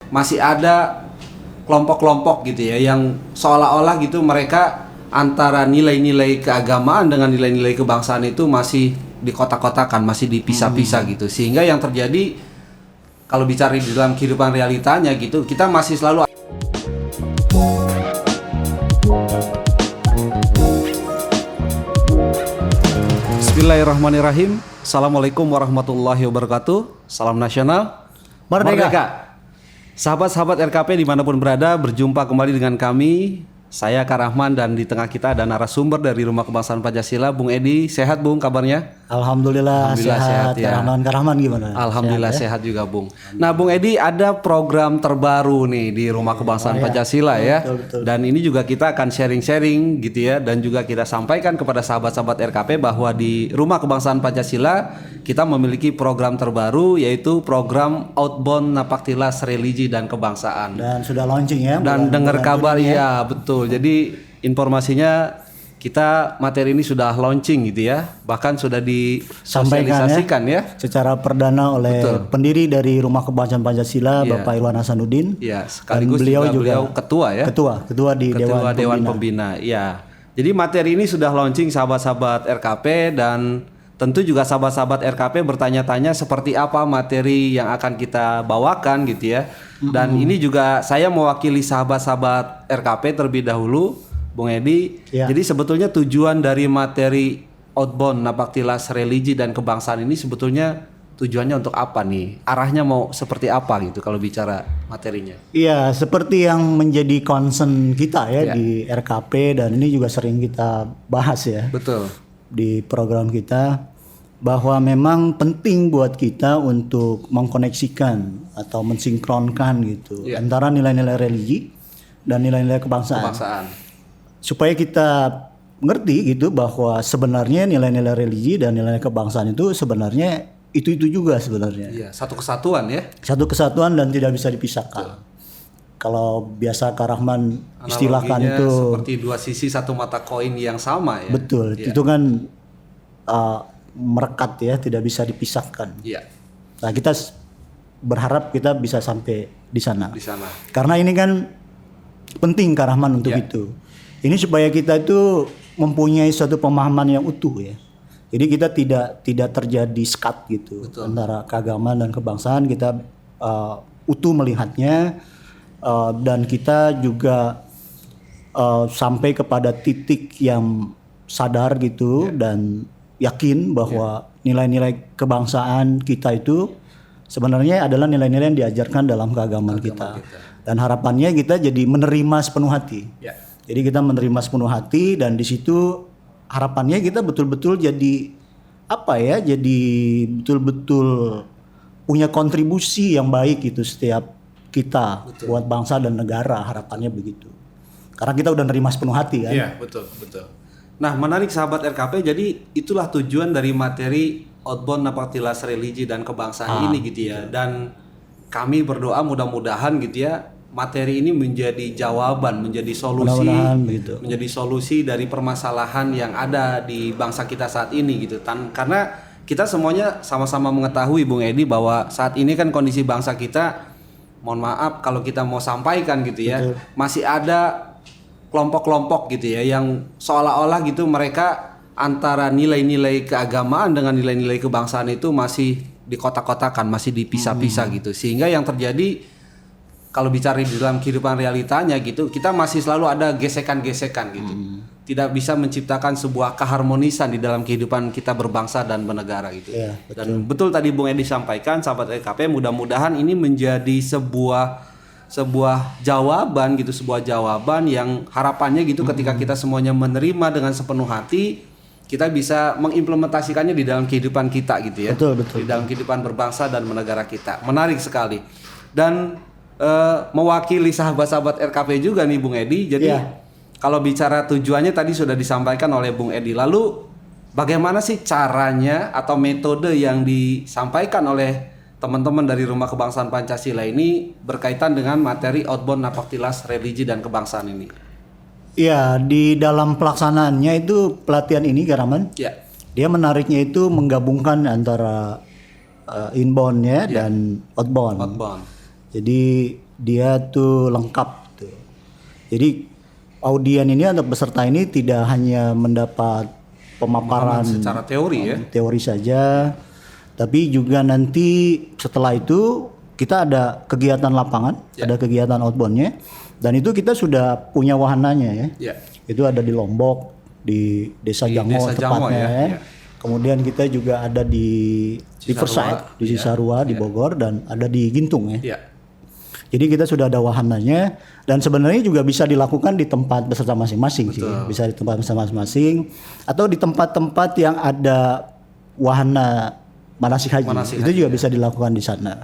masih ada kelompok-kelompok gitu ya yang seolah-olah gitu mereka antara nilai-nilai keagamaan dengan nilai-nilai kebangsaan itu masih dikotak-kotakan, masih dipisah-pisah gitu. Sehingga yang terjadi kalau bicara di dalam kehidupan realitanya gitu, kita masih selalu Bismillahirrahmanirrahim. Assalamualaikum warahmatullahi wabarakatuh. Salam nasional, Merdeka. Sahabat-sahabat RKP dimanapun berada, berjumpa kembali dengan kami. Saya Kak Rahman dan di tengah kita ada narasumber dari Rumah Kebangsaan Pancasila, Bung Edi. Sehat Bung kabarnya? Alhamdulillah sehat ya. Kak Rahman gimana? Alhamdulillah sehat juga Bung. Nah Bung Edi, ada program terbaru nih di Rumah Kebangsaan Pancasila ya. Betul. Dan ini juga kita akan sharing-sharing gitu ya. Dan juga kita sampaikan kepada sahabat-sahabat RKP bahwa di Rumah Kebangsaan Pancasila kita memiliki program terbaru, yaitu program Outbound Napaktilas Religi dan Kebangsaan. Dan sudah launching ya. Dan dengar kabar ya, betul. Jadi informasinya kita materi ini sudah launching gitu ya. Bahkan sudah disosialisasikan ya. Secara perdana oleh pendiri dari Rumah Kebangsaan Pancasila, Bapak Irwan Hasanuddin. Ya, sekaligus beliau ketua ya. Ketua di Dewan Pembina. Ya. Jadi materi ini sudah launching sahabat-sahabat RKP, dan tentu juga sahabat-sahabat RKP bertanya-tanya seperti apa materi yang akan kita bawakan gitu ya. Dan ini juga saya mewakili sahabat-sahabat RKP terlebih dahulu, Bung Edi. Ya. Jadi sebetulnya tujuan dari materi Outbound Napaktilas Religi dan Kebangsaan ini sebetulnya tujuannya untuk apa nih? Arahnya mau seperti apa gitu kalau bicara materinya? Iya, seperti yang menjadi concern kita ya di RKP, dan ini juga sering kita bahas ya. Betul. Di program kita, bahwa memang penting buat kita untuk mengkoneksikan atau mensinkronkan gitu antara nilai-nilai religi dan nilai-nilai kebangsaan. Supaya kita ngerti gitu bahwa sebenarnya nilai-nilai religi dan nilai kebangsaan itu sebenarnya itu juga sebenarnya. Iya, satu kesatuan ya. Satu kesatuan dan tidak bisa dipisahkan. Kalau biasa Kak Rahman istilahkan itu seperti dua sisi satu mata koin yang sama ya. Betul, itu kan merekat ya, tidak bisa dipisahkan. Iya. Nah, kita berharap kita bisa sampai di sana. Di sana. Karena ini kan penting Kak Rahman untuk itu. Ini supaya kita itu mempunyai suatu pemahaman yang utuh ya. Jadi kita tidak terjadi skat gitu. Betul. Antara keagamaan dan kebangsaan, kita utuh melihatnya. Dan kita juga sampai kepada titik yang sadar gitu dan yakin bahwa nilai-nilai kebangsaan kita itu sebenarnya adalah nilai-nilai yang diajarkan dalam keagamaan kita. Dan harapannya kita jadi menerima sepenuh hati. Jadi kita menerima sepenuh hati, dan di situ harapannya kita betul-betul jadi apa ya? Jadi betul-betul punya kontribusi yang baik gitu setiap kita buat bangsa dan negara, harapannya begitu. Karena kita udah nerima sepenuh hati kan. Iya, betul. Nah, menarik sahabat RKP, jadi itulah tujuan dari materi Outbound Napaktilas Religi dan Kebangsaan ini gitu ya. Dan kami berdoa mudah-mudahan gitu ya, materi ini menjadi jawaban, menjadi solusi dari permasalahan yang ada di bangsa kita saat ini gitu. Karena kita semuanya sama-sama mengetahui Bung Edi bahwa saat ini kan kondisi bangsa kita, mohon maaf kalau kita mau sampaikan gitu ya, masih ada kelompok-kelompok gitu ya yang seolah-olah gitu mereka antara nilai-nilai keagamaan dengan nilai-nilai kebangsaan itu masih dikotak-kotakan, masih dipisah-pisah gitu. Sehingga yang terjadi kalau bicara di dalam kehidupan realitanya gitu, kita masih selalu ada gesekan-gesekan gitu. Tidak bisa menciptakan sebuah keharmonisan di dalam kehidupan kita berbangsa dan bernegara gitu. Dan betul tadi Bung Edi sampaikan, sahabat RKP, mudah-mudahan ini menjadi sebuah jawaban gitu, sebuah jawaban yang harapannya gitu ketika kita semuanya menerima dengan sepenuh hati, kita bisa mengimplementasikannya di dalam kehidupan kita gitu ya. Betul. Di dalam kehidupan berbangsa dan bernegara kita. Menarik sekali. Dan mewakili sahabat-sahabat RKP juga nih Bung Edi. Jadi kalau bicara tujuannya tadi sudah disampaikan oleh Bung Edi. Lalu bagaimana sih caranya atau metode yang disampaikan oleh teman-teman dari Rumah Kebangsaan Pancasila ini berkaitan dengan materi Outbound Napaktilas Religi dan Kebangsaan ini? Iya, di dalam pelaksanaannya itu pelatihan ini Kak Rahman, dia menariknya itu menggabungkan antara inbound dan outbound. Jadi dia tuh lengkap tuh. Jadi audien ini atau peserta ini tidak hanya mendapat pemaparan secara teori ya. Teori saja, tapi juga nanti setelah itu kita ada kegiatan lapangan, ada kegiatan outboundnya, dan itu kita sudah punya wahananya ya. Itu ada di Lombok, di Desa Jango tepatnya. Ya. Kemudian kita juga ada di Riverside, di Cisarua, di Bogor, dan ada di Gintung ya. Jadi kita sudah ada wahananya, dan sebenarnya juga bisa dilakukan di tempat peserta masing-masing sih, bisa di tempat peserta masing-masing, atau di tempat-tempat yang ada wahana manasik haji, itu juga bisa dilakukan di sana.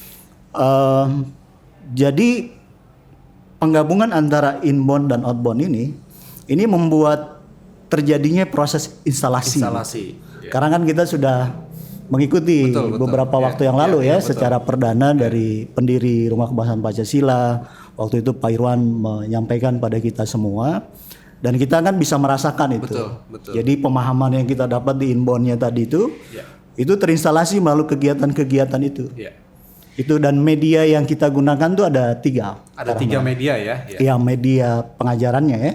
Jadi penggabungan antara inbound dan outbound ini membuat terjadinya proses instalasi. Karena kan kita sudah mengikuti beberapa waktu yang lalu secara perdana dari pendiri Rumah Kebangsaan Pancasila. Waktu itu Pak Irwan menyampaikan pada kita semua, dan kita kan bisa merasakan itu. Jadi pemahaman yang kita dapat di inboundnya tadi itu terinstalasi melalui kegiatan-kegiatan itu. Itu, dan media yang kita gunakan tuh ada 3. Ada 3 media ya. Iya, media pengajarannya ya.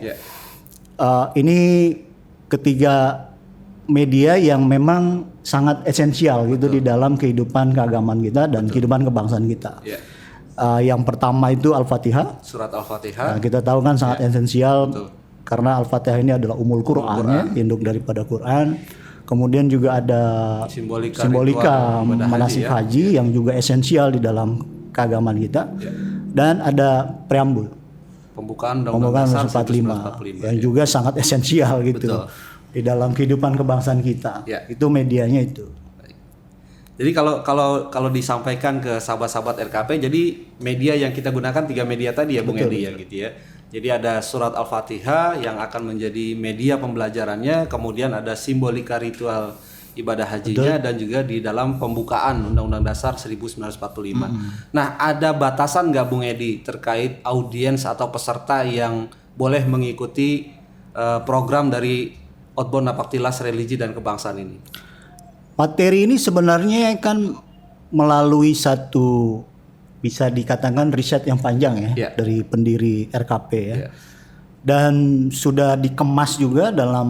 Ini ketiga media yang memang sangat esensial gitu di dalam kehidupan keagamaan kita dan kehidupan kebangsaan kita. Yang pertama itu Al-Fatihah. Surat Al-Fatihah. Nah, kita tahu kan sangat esensial karena Al-Fatihah ini adalah umul Quran, induk daripada Quran. Kemudian juga ada simbolika manasik haji yang juga esensial di dalam keagamaan kita. Dan ada preambul. Pembukaan Undang-Undang Dasar 1945 yang juga sangat esensial gitu. Di dalam kehidupan kebangsaan kita. Itu medianya itu. Jadi kalau disampaikan ke sahabat-sahabat RKP, jadi media yang kita gunakan 3 media tadi ya Bung Edi ya gitu ya. Jadi ada surat Al-Fatihah yang akan menjadi media pembelajarannya, kemudian ada simbolika ritual ibadah hajinya, dan juga di dalam pembukaan Undang-Undang Dasar 1945. Nah, ada batasan nggak Bung Edi terkait audiens atau peserta yang boleh mengikuti program dari outbound Napaktilas Religi dan Kebangsaan ini? Materi ini sebenarnya kan melalui satu, bisa dikatakan riset yang panjang ya dari pendiri RKP ya. Dan sudah dikemas juga dalam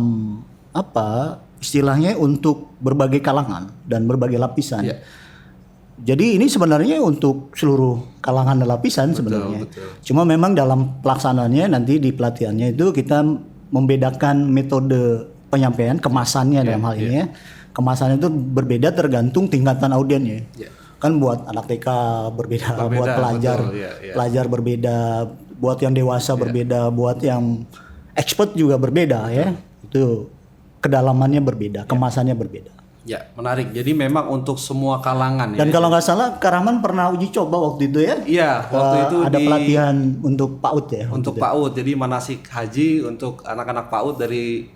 istilahnya untuk berbagai kalangan dan berbagai lapisan. Jadi ini sebenarnya untuk seluruh kalangan dan lapisan sebenarnya. Cuma memang dalam pelaksanaannya nanti di pelatihannya itu kita membedakan metode penyampaian, kemasannya dalam hal ini ya. Kemasannya itu berbeda tergantung tingkatan audiennya. Kan buat anak TK berbeda, buat pelajar pelajar berbeda, buat yang dewasa berbeda, buat yang expert juga berbeda ya. Itu kedalamannya berbeda, kemasannya berbeda. Ya, menarik. Jadi memang untuk semua kalangan. Dan kalau nggak salah Karaman pernah uji coba waktu itu ya? Iya, waktu itu ada pelatihan untuk PAUD ya. Untuk PAUD, jadi manasik haji untuk anak-anak PAUD dari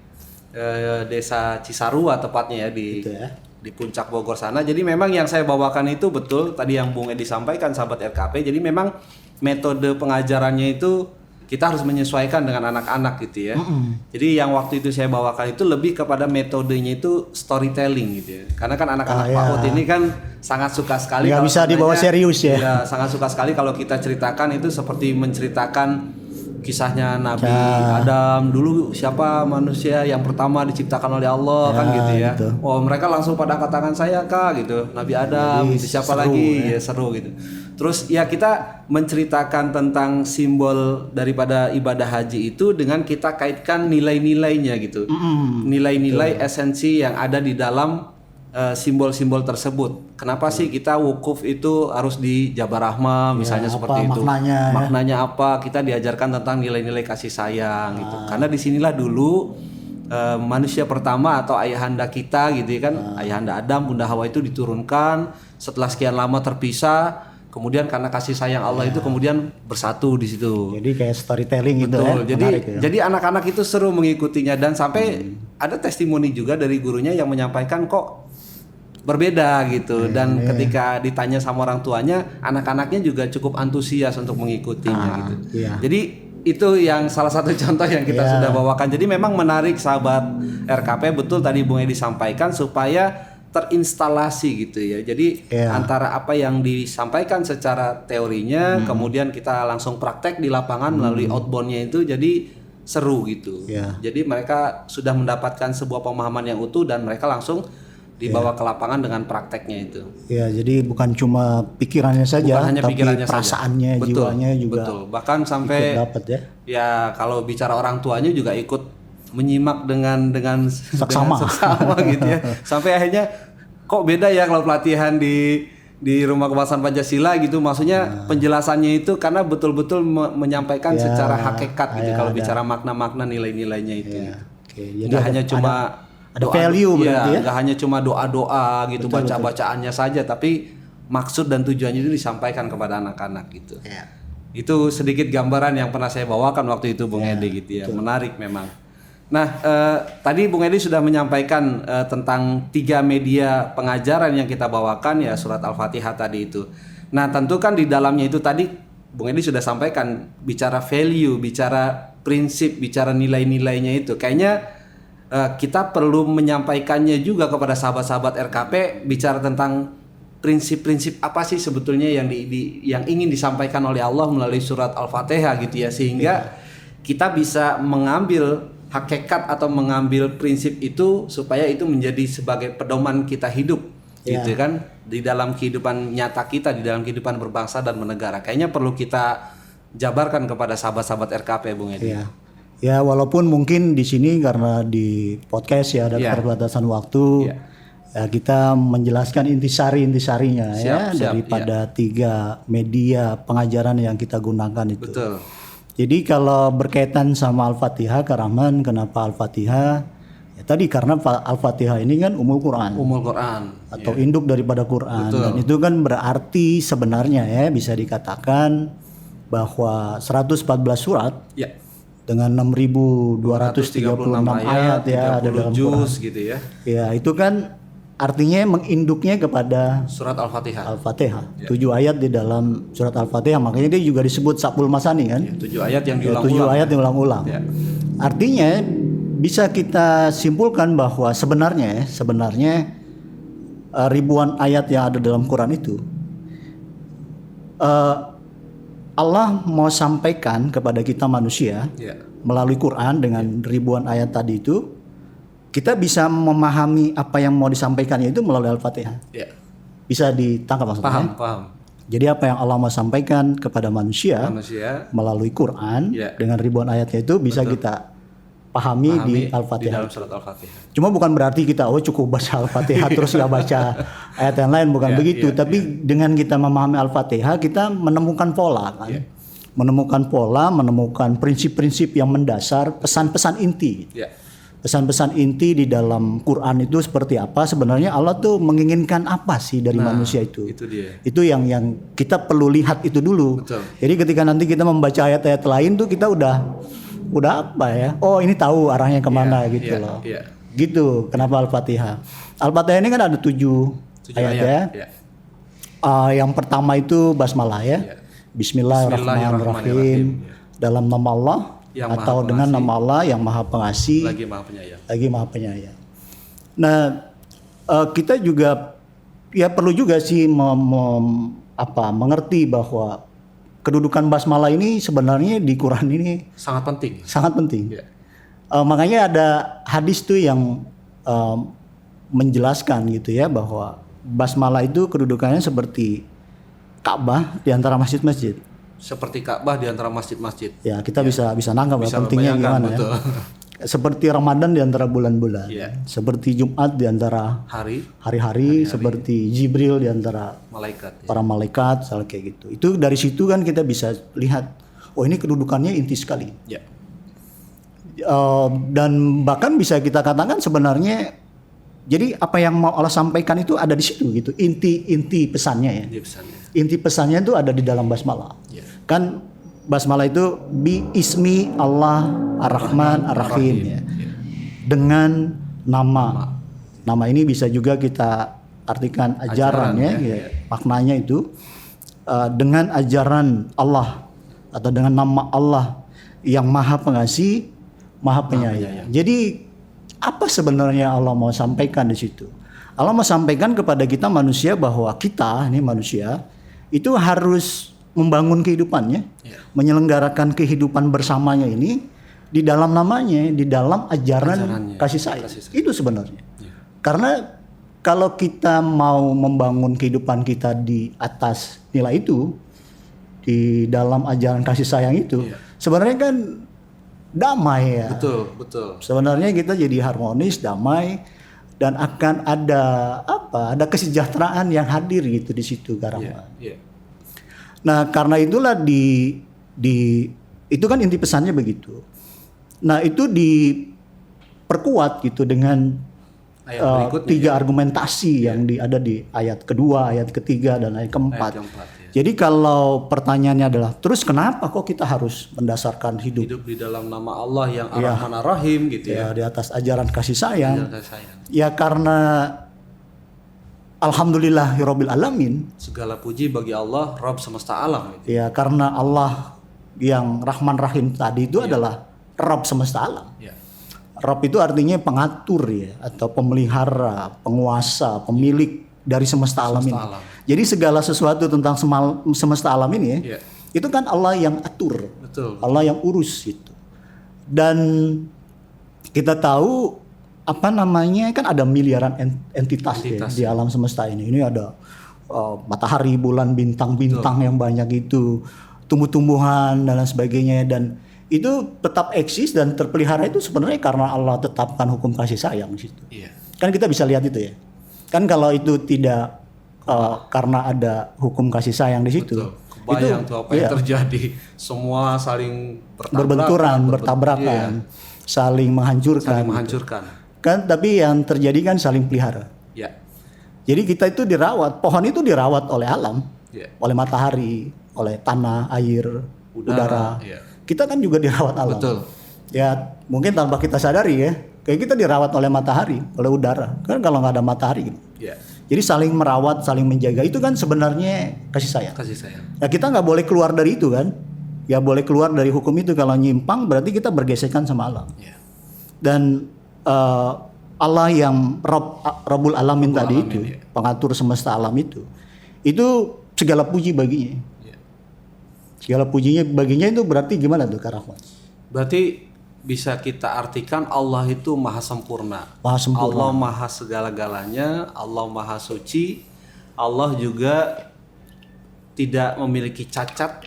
Desa Cisarua tepatnya ya di puncak Bogor sana. Jadi memang yang saya bawakan itu betul tadi yang Bung Edi sampaikan sahabat RKP. Jadi memang metode pengajarannya itu kita harus menyesuaikan dengan anak-anak gitu ya. Jadi yang waktu itu saya bawakan itu lebih kepada metodenya itu storytelling gitu ya. Karena kan anak-anak PAUD ini kan sangat suka sekali. Nggak bisa dibawa serius ya. Ya, sangat suka sekali kalau kita ceritakan itu seperti menceritakan kisahnya Nabi Adam dulu, siapa manusia yang pertama diciptakan oleh Allah kan gitu ya. Gitu. Oh, mereka langsung pada angkat tangan saya Kak gitu. Nabi Adam, gitu. Siapa lagi? Ya seru gitu. Terus ya kita menceritakan tentang simbol daripada ibadah haji itu dengan kita kaitkan nilai-nilainya gitu. Nilai-nilai esensi yang ada di dalam simbol-simbol tersebut. Kenapa sih kita wukuf itu harus di Jabal Rahmah misalnya seperti itu? Maknanya apa? Kita diajarkan tentang nilai-nilai kasih sayang gitu. Karena disinilah dulu manusia pertama atau ayahanda kita gitu kan, ayahanda Adam, Bunda Hawa itu diturunkan setelah sekian lama terpisah. Kemudian karena kasih sayang Allah itu kemudian bersatu di situ. Jadi kayak storytelling gitu ya. Jadi anak-anak itu seru mengikutinya dan sampai ada testimoni juga dari gurunya yang menyampaikan kok berbeda gitu. Dan ketika ditanya sama orang tuanya, anak-anaknya juga cukup antusias untuk mengikutinya gitu. Jadi itu yang salah satu contoh yang kita sudah bawakan. Jadi memang menarik sahabat RKP, betul tadi Bung Edi sampaikan supaya terinstalasi gitu ya. Jadi antara apa yang disampaikan secara teorinya, kemudian kita langsung praktek di lapangan melalui outboundnya itu, jadi seru gitu. Jadi mereka sudah mendapatkan sebuah pemahaman yang utuh dan mereka langsung dibawa ke lapangan dengan prakteknya itu. Ya, jadi bukan cuma pikirannya saja, bukan hanya tapi pikirannya perasaannya, saja. jiwanya juga. Betul. Bahkan sampai dapat ya. Ya kalau bicara orang tuanya juga ikut menyimak dengan seksama gitu ya. Sampai akhirnya kok beda ya kalau pelatihan di Rumah Kemasan Pancasila gitu. Maksudnya penjelasannya itu karena betul-betul menyampaikan secara hakikat gitu kalau bicara makna-makna nilai-nilainya itu. Oke, jadi nggak hanya cuma ada value berarti ya. Nggak hanya cuma doa-doa gitu, baca-bacaannya saja, tapi maksud dan tujuannya itu disampaikan kepada anak-anak gitu. Itu sedikit gambaran yang pernah saya bawakan waktu itu Bung Edi gitu ya. Menarik memang. Nah, tadi Bung Edi sudah menyampaikan tentang 3 media pengajaran yang kita bawakan ya, surat Al-Fatihah tadi itu. Nah, tentu kan di dalamnya itu tadi Bung Edi sudah sampaikan bicara value, bicara prinsip, bicara nilai-nilainya itu. Kayaknya kita perlu menyampaikannya juga kepada sahabat-sahabat RKP bicara tentang prinsip-prinsip apa sih sebetulnya yang yang ingin disampaikan oleh Allah melalui surat Al-Fatihah gitu ya, sehingga kita bisa mengambil hakikat atau mengambil prinsip itu supaya itu menjadi sebagai pedoman kita hidup gitu kan di dalam kehidupan nyata kita, di dalam kehidupan berbangsa dan bernegara. Kayaknya perlu kita jabarkan kepada sahabat-sahabat RKP Bung Edi. Ya walaupun mungkin di sini karena di podcast ya ada keterbatasan waktu, ya kita menjelaskan intisarinya daripada 3 media pengajaran yang kita gunakan itu. Betul. Jadi kalau berkaitan sama Al-Fatihah, Kak Rahman, kenapa Al-Fatihah? Ya tadi karena Al-Fatihah ini kan umul Quran. Atau induk daripada Quran. Betul. Dan itu kan berarti sebenarnya ya bisa dikatakan bahwa 114 surat dengan 6.236 ayat ya ada dalam Quran. Gitu ya. Ya itu kan artinya menginduknya kepada surat Al-Fatihah. 7 ayat di dalam surat Al-Fatihah, makanya dia juga disebut Sabul Masani kan. 7 ayat yang diulang-ulang. 7 ayat yang diulang-ulang. Artinya bisa kita simpulkan bahwa sebenarnya ribuan ayat yang ada dalam Quran itu Allah mau sampaikan kepada kita manusia melalui Quran dengan ribuan ayat tadi itu. Kita bisa memahami apa yang mau disampaikannya itu melalui Al-Fatihah. Bisa ditangkap maksudnya? Paham. Jadi apa yang Allah mau sampaikan kepada manusia melalui Quran dengan ribuan ayatnya itu bisa kita pahami di Al-Fatihah. Di dalam surat Al-Fatihah. Cuma bukan berarti kita cukup baca Al-Fatihah terus nggak baca ayat yang lain, bukan begitu. Tapi dengan kita memahami Al-Fatihah kita menemukan pola kan. Menemukan pola, menemukan prinsip-prinsip yang mendasar, pesan-pesan inti. Pesan-pesan inti di dalam Quran itu seperti apa, sebenarnya Allah tuh menginginkan apa sih dari manusia itu. Itu dia. Itu yang kita perlu lihat itu dulu. Betul. Jadi ketika nanti kita membaca ayat-ayat lain tuh kita udah apa ya? Oh, ini tahu arahnya kemana gitu loh. Gitu. Kenapa Al-Fatihah? Al-Fatihah ini kan ada 7 ayat ya. Yang pertama itu basmalah ya. Bismillahirrahmanirrahim. Dalam nama Allah yang atau dengan nama Allah yang Maha Pengasih lagi Maha Penyayang. Nah, kita juga perlu juga sih mengerti bahwa kedudukan basmalah ini sebenarnya di Quran ini sangat penting. Makanya ada hadis tuh yang menjelaskan gitu ya bahwa basmalah itu kedudukannya seperti Ka'bah di antara masjid-masjid. Seperti Ka'bah di antara masjid-masjid. Ya, kita bisa nangkap pentingnya gimana betul. Ya. Seperti Ramadan di antara bulan-bulan. Seperti Jumat di antara hari-hari, seperti Jibril di antara para malaikat, kayak gitu. Itu dari situ kan kita bisa lihat, oh ini kedudukannya inti sekali. Dan bahkan bisa kita katakan sebenarnya jadi apa yang mau Allah sampaikan itu ada di situ gitu. Inti pesannya ya. Inti pesannya itu ada di dalam basmalah. Kan basmalah itu bi ismi Allah Ar-Rahman Ar-Rahim ya. Dengan nama. Nama ini bisa juga kita artikan ajaran ya. Maknanya itu dengan ajaran Allah atau dengan nama Allah yang Maha Pengasih, Maha Penyayang. Jadi apa sebenarnya Allah mau sampaikan di situ? Allah mau sampaikan kepada kita manusia bahwa kita ini manusia itu harus membangun kehidupannya, menyelenggarakan kehidupan bersamanya ini di dalam namanya, di dalam ajaran kasih sayang. Itu sebenarnya. Karena kalau kita mau membangun kehidupan kita di atas nilai itu, di dalam ajaran kasih sayang itu, sebenarnya kan damai ya. Betul. Sebenarnya kita jadi harmonis, damai, dan akan ada kesejahteraan yang hadir gitu di situ Karahman. Nah, karena itulah itu kan inti pesannya begitu. Nah, itu diperkuat gitu dengan tiga argumentasi yang ada di ayat kedua, ayat ketiga, dan ayat keempat. Jadi kalau pertanyaannya adalah, terus kenapa kok kita harus mendasarkan hidup di dalam nama Allah yang Ar-Rahman Ar-Rahim gitu ya? Di atas ajaran kasih sayang. Ya karena Alhamdulillahirabbil alamin. Segala puji bagi Allah, Rabb semesta alam. Gitu. Ya karena Allah yang Rahman Rahim tadi itu adalah Rabb semesta alam. Rabb itu artinya pengatur ya, atau pemelihara, penguasa, pemilik dari semesta alam ini. Jadi segala sesuatu tentang semesta alam ini itu kan Allah yang atur. Allah yang urus itu. Dan kita tahu kan ada miliaran entitas ya, di alam semesta ini. Ini ada matahari, bulan, bintang-bintang yang banyak itu, tumbuh-tumbuhan dan lain sebagainya, dan itu tetap eksis dan terpelihara itu sebenarnya karena Allah tetapkan hukum kasih sayang di situ. Kan kita bisa lihat itu ya. Kan kalau itu tidak karena ada hukum kasih sayang di situ, kebayang tuh apa yang terjadi, semua saling bertabrakan, saling menghancurkan. Gitu. Kan tapi yang terjadi kan saling pelihara. Jadi kita itu dirawat, pohon itu dirawat oleh alam, oleh matahari, oleh tanah, air, udara. Kita kan juga dirawat alam. Ya mungkin tanpa kita sadari ya, kayak kita dirawat oleh matahari, oleh udara. Kan kalau nggak ada matahari gitu. Jadi saling merawat, saling menjaga, itu kan sebenarnya kasih sayang. Nah kita nggak boleh keluar dari itu kan. Ya boleh keluar dari hukum itu, kalau nyimpang berarti kita bergesekan sama alam. Dan Allah yang Rabbul Alamin tadi itu, pengatur semesta alam itu segala puji baginya. Segala pujinya baginya itu berarti gimana tuh Karahman? Berarti bisa kita artikan Allah itu maha sempurna. Allah maha segala-galanya, Allah maha suci. Allah juga tidak memiliki cacat.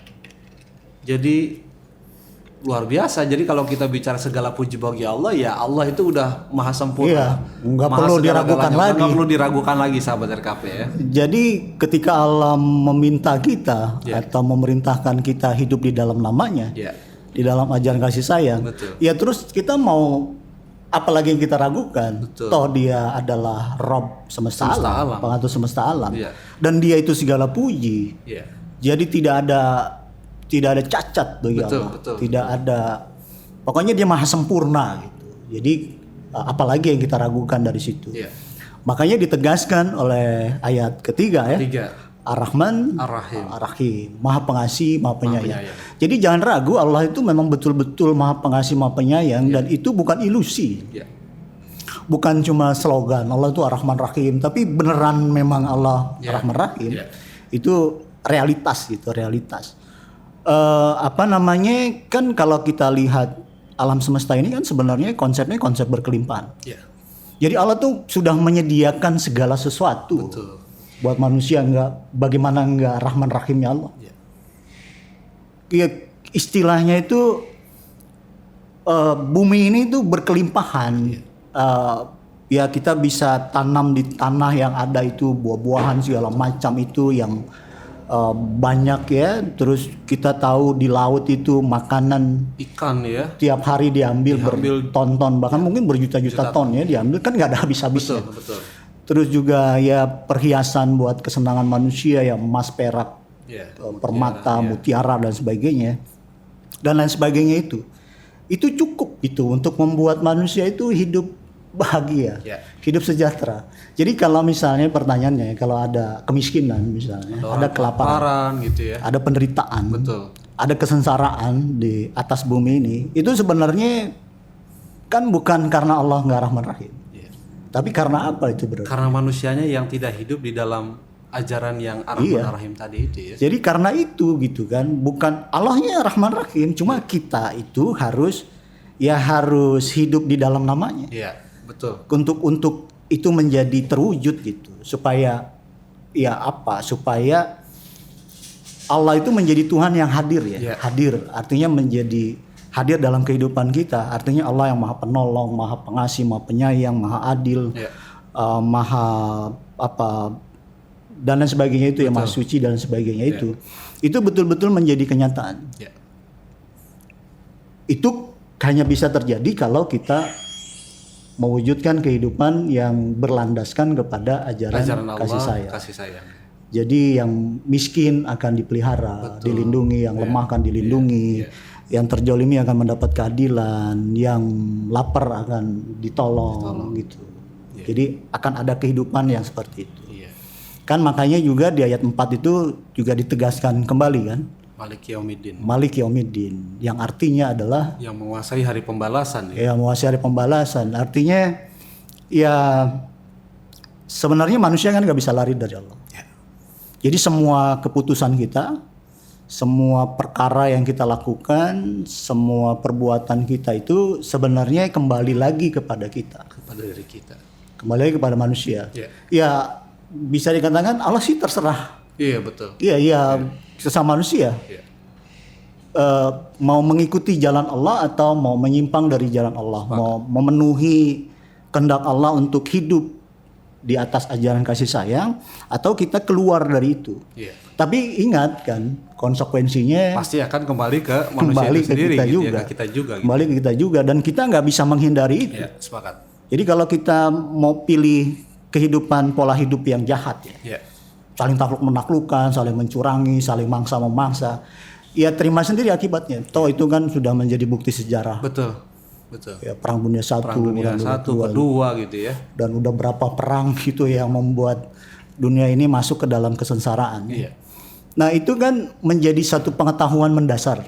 Jadi luar biasa. Jadi kalau kita bicara segala puji bagi Allah, ya Allah itu udah maha sempurna. Nggak perlu diragukan lagi. Nggak perlu diragukan lagi sahabat RKP ya. Jadi ketika Allah meminta kita atau memerintahkan kita hidup di dalam namanya, di dalam ajaran kasih sayang, ya terus kita mau apalagi yang kita ragukan? Toh dia adalah Rabb semesta alam, pengatur semesta alam, dan dia itu segala puji. Jadi tidak ada cacat bagi Allah. Tidak ada, pokoknya dia maha sempurna gitu. Jadi apalagi yang kita ragukan dari situ. Makanya ditegaskan oleh ayat ketiga ya. Ar-Rahman Ar-Rahim, maha pengasih, maha penyayang. Jadi jangan ragu, Allah itu memang betul-betul maha pengasih, maha penyayang, dan itu bukan ilusi. Bukan cuma slogan Allah itu Ar-Rahman Rahim, tapi beneran memang Allah Ar-Rahman Rahim. Itu realitas gitu, realitas. Kan kalau kita lihat alam semesta ini kan sebenarnya konsepnya konsep berkelimpahan. Jadi Allah tuh sudah menyediakan segala sesuatu. Buat manusia, bagaimana enggak Rahman Rahimnya Allah. Ya, istilahnya itu bumi ini tuh berkelimpahan. Ya kita bisa tanam di tanah yang ada itu buah-buahan segala macam itu yang banyak ya. Terus kita tahu di laut itu makanan ikan ya. Tiap hari diambil berton-ton, bahkan mungkin berjuta-juta ton ya diambil, kan nggak ada habis-habisnya. Betul. Terus juga ya perhiasan buat kesenangan manusia ya, emas, perak, permata, mutiara dan sebagainya. Dan lain sebagainya itu cukup itu untuk membuat manusia itu hidup bahagia, hidup sejahtera. Jadi kalau misalnya pertanyaannya, kalau ada kemiskinan misalnya, ada kelaparan gitu ya, ada penderitaan, ada kesengsaraan di atas bumi ini, itu sebenarnya kan bukan karena Allah nggak Rahman Rahim. Tapi karena apa itu berarti? Karena manusianya yang tidak hidup di dalam ajaran yang Ar-Rahman Ar-Rahim tadi itu ya. Jadi karena itu gitu kan, bukan Allahnya Rahman Rahim, cuma kita itu harus hidup di dalam namanya. Iya, betul. Untuk itu menjadi terwujud gitu, supaya supaya Allah itu menjadi Tuhan yang hadir ya. Yeah. Hadir artinya menjadi hadir dalam kehidupan kita. Artinya Allah yang Maha Penolong, Maha Pengasih, Maha Penyayang, Maha Adil, Maha dan lain sebagainya itu ya, Maha Suci dan sebagainya itu. Itu betul-betul menjadi kenyataan. Yeah. Itu hanya bisa terjadi kalau kita mewujudkan kehidupan yang berlandaskan kepada ajaran Allah, kasih sayang. Jadi yang miskin akan dipelihara, dilindungi, yang lemah akan dilindungi, yang terjolimi akan mendapat keadilan, yang lapar akan ditolong. Gitu. Jadi akan ada kehidupan yang seperti itu. Kan makanya juga di ayat 4 itu juga ditegaskan kembali kan, Malik Yaumiddin, yang artinya adalah yang menguasai hari pembalasan. Ya, menguasai hari pembalasan. Artinya ya sebenarnya manusia kan nggak bisa lari dari Allah. Jadi semua keputusan kita, semua perkara yang kita lakukan, semua perbuatan kita itu sebenarnya kembali lagi kepada kita, kepada diri kita, kembali lagi kepada manusia. Ya bisa dikatakan Allah sih terserah. Iya betul. Iya. Sesama manusia. Mau mengikuti jalan Allah atau mau menyimpang dari jalan Allah, mau memenuhi kehendak Allah untuk hidup di atas ajaran kasih sayang, atau kita keluar dari itu. Tapi ingat kan, konsekuensinya pasti akan kembali ke manusia itu sendiri, kita gitu juga. Ya, ke kita juga. Gitu. Kembali ke kita juga, dan kita nggak bisa menghindari itu. Sepakat. Jadi kalau kita mau pilih kehidupan pola hidup yang jahat ya. Saling takluk menaklukkan, saling mencurangi, saling mangsa memangsa, ya terima sendiri akibatnya. Toh itu kan sudah menjadi bukti sejarah. Betul. Ya, perang dunia satu, kedua gitu ya. Dan udah berapa perang gitu yang membuat dunia ini masuk ke dalam kesensaraan. Nah itu kan menjadi satu pengetahuan mendasar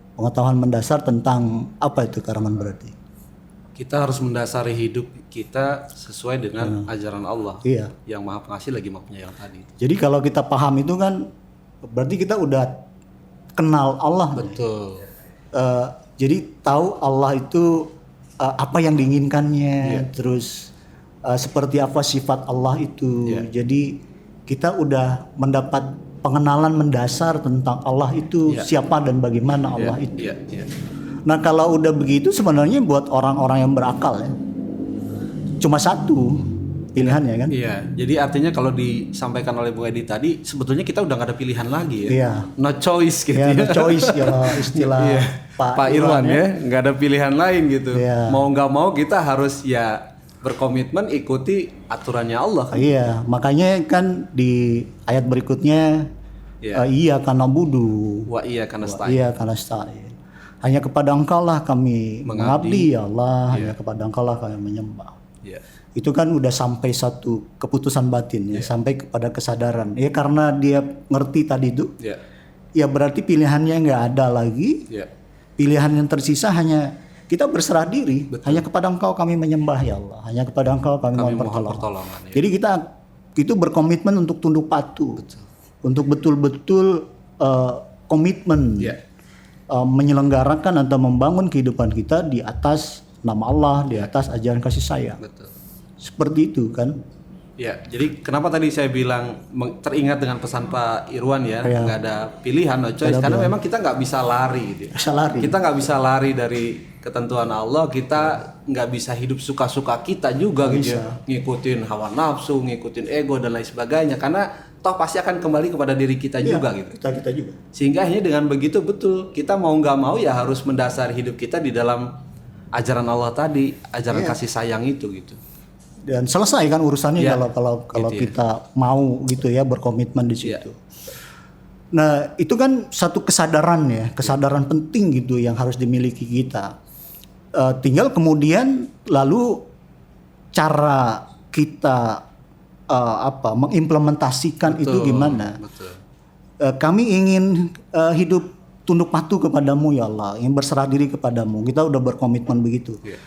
tentang apa itu Karaman berarti. Kita harus mendasari hidup kita sesuai dengan ajaran Allah. Yang Maha Pengasih lagi Maha Penyayang tadi. Jadi kalau kita paham itu kan berarti kita udah kenal Allah. Betul. Jadi tahu Allah itu apa yang diinginkannya, terus seperti apa sifat Allah itu. Jadi kita udah mendapat pengenalan mendasar tentang Allah itu siapa dan bagaimana Allah itu. Nah kalau udah begitu sebenarnya buat orang-orang yang berakal ya, cuma satu pilihannya kan. Jadi artinya kalau disampaikan oleh Bung Edi tadi, sebetulnya kita udah gak ada pilihan lagi ya. No choice gitu No choice kalau istilah Pak Irwan ya, gak ada pilihan lain gitu. Mau gak mau kita harus berkomitmen ikuti aturannya Allah kan. Makanya kan di ayat berikutnya iya karena budu wa iya karena stain. Hanya kepada Engkau lah kami mengabdi ya Allah, hanya kepada Engkau lah kami menyembah. Itu kan udah sampai satu keputusan batin ya, sampai kepada kesadaran. Ya karena dia ngerti tadi itu. Ya berarti pilihannya nggak ada lagi. Pilihan yang tersisa hanya kita berserah diri. Hanya kepada Engkau kami menyembah ya Allah, hanya kepada Engkau kami mohon pertolongan. Jadi kita itu berkomitmen untuk tunduk patuh. Untuk betul-betul komitmen. Menyelenggarakan atau membangun kehidupan kita di atas nama Allah, di atas ajaran kasih sayang. Seperti itu kan. Jadi kenapa tadi saya bilang teringat dengan pesan Pak Irwan ya, nggak ada pilihan, no choice, karena memang kita nggak bisa lari gitu. Kita nggak bisa lari dari ketentuan Allah, kita nggak bisa hidup suka-suka kita juga gitu ya. Ngikutin hawa nafsu, ngikutin ego dan lain sebagainya, karena toh pasti akan kembali kepada diri kita juga gitu. Kita juga. Sehingga akhirnya dengan begitu betul kita mau nggak mau ya harus mendasari hidup kita di dalam ajaran Allah tadi, ajaran kasih sayang itu gitu. Dan selesai kan urusannya kalau gitu kita mau gitu ya berkomitmen di situ. Nah itu kan satu kesadaran ya, kesadaran penting gitu yang harus dimiliki kita. Tinggal kemudian lalu cara kita mengimplementasikan itu gimana? Kami ingin hidup tunduk patuh kepadamu ya Allah, ingin berserah diri kepadamu. Kita udah berkomitmen begitu.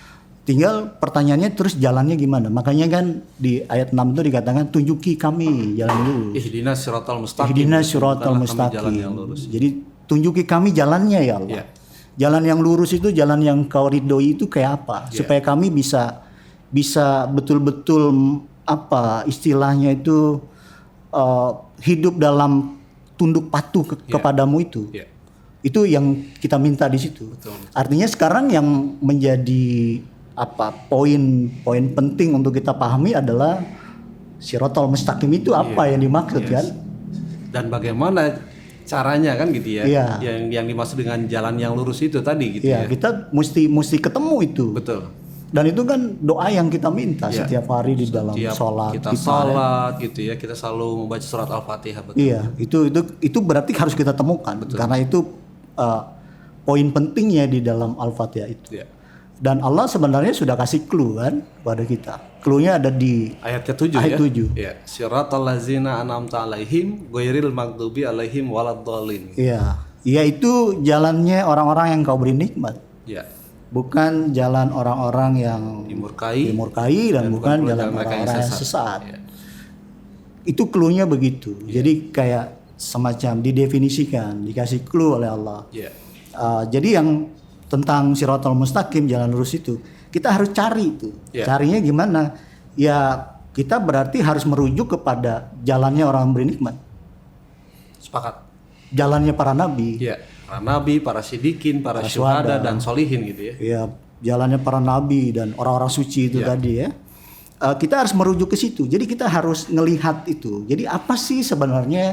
Tinggal pertanyaannya terus jalannya gimana? Makanya kan di ayat 6 itu dikatakan tunjuki kami jalan lurus. Ihdinas siratal mustaqim. Ihdinas siratal Bukanlah kami jalan mustaqim. yang lurus. Jadi tunjuki kami jalannya ya Allah. Ya. Jalan yang lurus itu, jalan yang kau ridhoi itu kayak apa? Supaya kami bisa betul-betul apa istilahnya itu hidup dalam tunduk patuh kepadamu itu. Ya. Itu yang kita minta di situ. Betul. Artinya sekarang yang menjadi apa poin penting untuk kita pahami adalah siratal mustaqim itu apa yang dimaksud kan? Dan bagaimana caranya kan gitu ya? Iya. Yang dimaksud dengan jalan yang lurus itu tadi gitu Ya, ya. kita mesti ketemu itu. Betul. Dan itu kan doa yang kita minta Iya. setiap hari di dalam Tiap sholat kita ya. sholat gitu ya, kita selalu membaca surat Al-Fatihah. Betul. Iya, itu berarti harus kita temukan karena itu poin pentingnya di dalam Al-Fatihah itu. Iya. Dan Allah sebenarnya sudah kasih clue kan pada kita. Clue-nya ada di Ayat ke-7 ayat ya. 7. Ya, siratal ladzina an'amta alaihim ghairil maghdubi alaihim waladdallin. Iya, yaitu jalannya orang-orang yang kau beri nikmat. Ya, Bukan jalan orang-orang yang dimurkai dan bukan pula jalan mereka orang-orang yang sesat. Ya. Itu clue-nya begitu. Jadi kayak semacam didefinisikan, dikasih clue oleh Allah. Ya. Jadi yang tentang siratal mustaqim jalan lurus itu kita harus cari itu. Ya. Carinya gimana? Ya kita berarti harus merujuk kepada jalannya orang beri nikmat. Sepakat. Jalannya para nabi. Ya, para nabi, para sidikin, para syuhada dan solihin gitu ya. Ya, jalannya para nabi dan orang-orang suci itu tadi ya. Kita harus merujuk ke situ. Jadi kita harus ngelihat itu. Jadi apa sih sebenarnya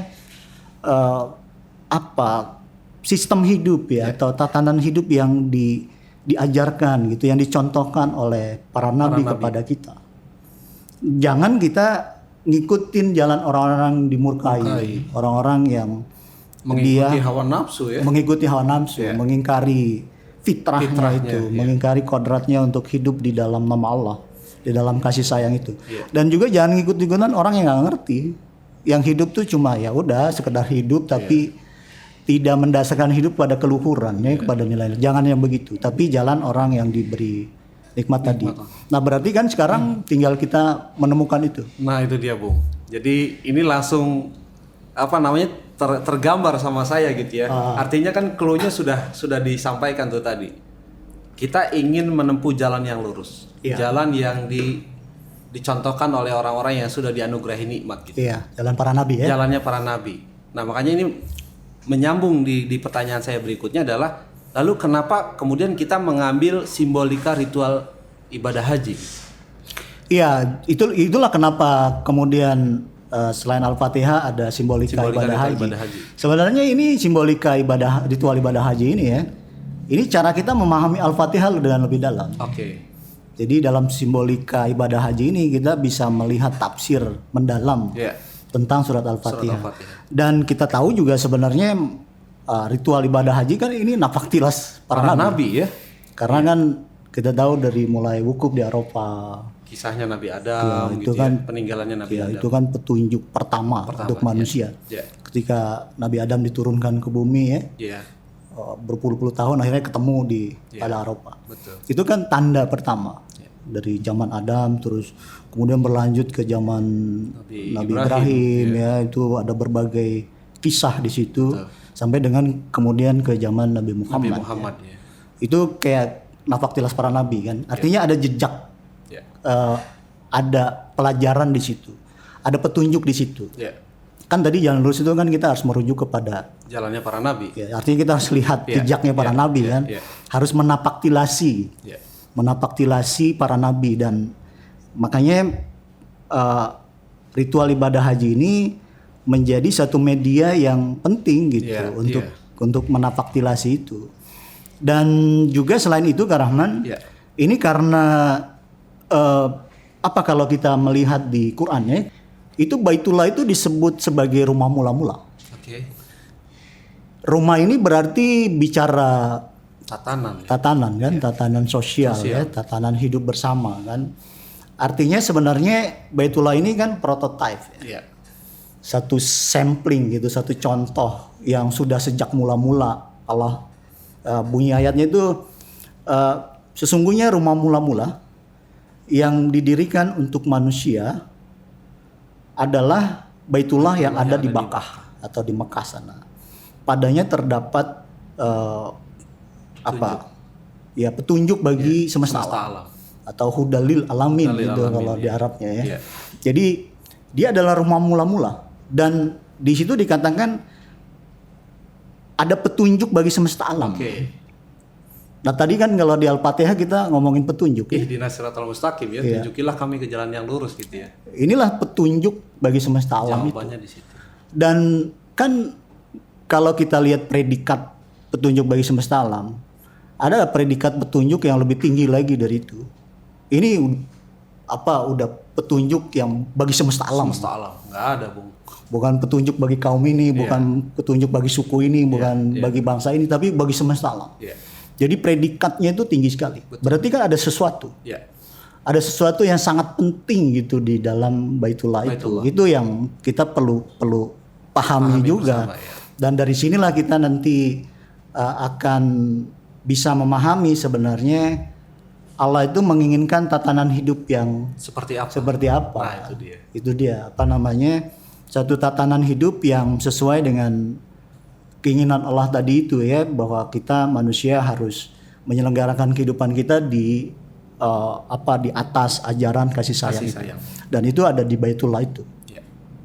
apa sistem hidup ya atau tatanan hidup yang diajarkan gitu, yang dicontohkan oleh para nabi kepada kita. Jangan kita ngikutin jalan orang-orang dimurkai, orang-orang yang Mengikuti hawa nafsu ya. mengikuti hawa nafsu, mengingkari fitrahnya itu, mengingkari kodratnya untuk hidup di dalam nama Allah, di dalam kasih sayang itu. Dan juga jangan ngikut-ikutan orang yang nggak ngerti, yang hidup tuh cuma ya udah sekedar hidup tapi tidak mendasarkan hidup pada keluhurannya, kepada nilai. Jangan yang begitu, tapi jalan orang yang diberi nikmat tadi. Nah berarti kan sekarang tinggal kita menemukan itu. Nah itu dia Bung. Jadi ini langsung apa namanya tergambar sama saya gitu ya. Artinya kan clue-nya sudah disampaikan tuh tadi. Kita ingin menempuh jalan yang lurus, jalan yang dicontohkan oleh orang-orang yang sudah dianugerahi nikmat gitu. Iya, jalan para nabi ya. Jalannya para nabi. Nah makanya ini menyambung di pertanyaan saya berikutnya adalah lalu kenapa kemudian kita mengambil simbolika ritual ibadah haji? Iya, itulah kenapa kemudian selain Al-Fatihah ada simbolika ibadah haji. Sebenarnya ini simbolika ritual ibadah haji ini ya. Ini cara kita memahami Al-Fatihah dengan lebih dalam. Oke. Jadi dalam simbolika ibadah haji ini kita bisa melihat tafsir mendalam tentang surat Al-Fatihah. Dan kita tahu juga sebenarnya ritual ibadah haji kan ini nafaktilas para nabi ya. Karena kan kita tahu dari mulai wukuf di Arafah, kisahnya Nabi Adam itu gitu kan, ya, peninggalannya Nabi Adam. Itu kan petunjuk pertama untuk manusia. Ketika Nabi Adam diturunkan ke bumi ya. Berpuluh-puluh tahun akhirnya ketemu pada Arafah. Betul. Itu kan tanda pertama. Dari zaman Adam terus kemudian berlanjut ke zaman Nabi Ibrahim ya, itu ada berbagai kisah di situ. Sampai dengan kemudian ke zaman Nabi Muhammad ya. Itu kayak nafaktilas para nabi kan. Artinya ada jejak. Ada pelajaran di situ. Ada petunjuk di situ. Kan tadi jalan lurus itu kan kita harus merujuk kepada jalannya para nabi. Ya, artinya kita harus lihat jejaknya para nabi kan. Harus menapaktilasi. Menapaktilasi para nabi dan makanya ritual ibadah haji ini menjadi satu media yang penting gitu untuk menapaktilasi itu. Dan juga selain itu Kak Rahman, ini karena apa kalau kita melihat di Quran ya, itu Baitullah itu disebut sebagai rumah mula-mula. Rumah ini berarti bicara tatanan kan, tatanan sosial ya, tatanan hidup bersama kan. Artinya sebenarnya Baitullah ini kan prototype ya. Satu sampling gitu, satu contoh yang sudah sejak mula-mula Allah bunyi ayatnya itu sesungguhnya rumah mula-mula yang didirikan untuk manusia adalah Baitullah yang ada di Bakkah atau di Mekah sana. Padanya terdapat petunjuk bagi semesta alam. Atau hudalil alamin gitu kalau di Arabnya ya. Iya. Jadi dia adalah rumah mula-mula dan di situ dikatakan ada petunjuk bagi semesta alam. Oke. Nah tadi kan kalau di Al-Fatihah kita ngomongin petunjuk ya. Ihdinas siratal mustaqim ya, Iya. tunjukilah kami ke jalan yang lurus gitu ya. Inilah petunjuk bagi semesta alam itu. Jawabannya di situ. Dan kan kalau kita lihat predikat petunjuk bagi semesta alam, ada predikat petunjuk yang lebih tinggi lagi dari itu. Ini udah petunjuk yang bagi semesta alam. Semesta alam, nggak ada Bung. Bukan petunjuk bagi kaum ini, bukan petunjuk bagi suku ini, bukan bagi bangsa ini, tapi bagi semesta alam. Iya. Jadi predikatnya itu tinggi sekali. Berarti kan ada sesuatu. Iya. Ada sesuatu yang sangat penting gitu di dalam Baitullah itu. Itu yang kita perlu pahami juga. bersama, ya. Dan dari sinilah kita nanti akan bisa memahami sebenarnya Allah itu menginginkan tatanan hidup yang Seperti apa? Nah, itu dia. Itu dia satu tatanan hidup yang sesuai dengan keinginan Allah tadi itu ya, bahwa kita manusia harus menyelenggarakan kehidupan kita di di atas ajaran kasih sayang itu. Dan itu ada di Baitullah itu. Ya.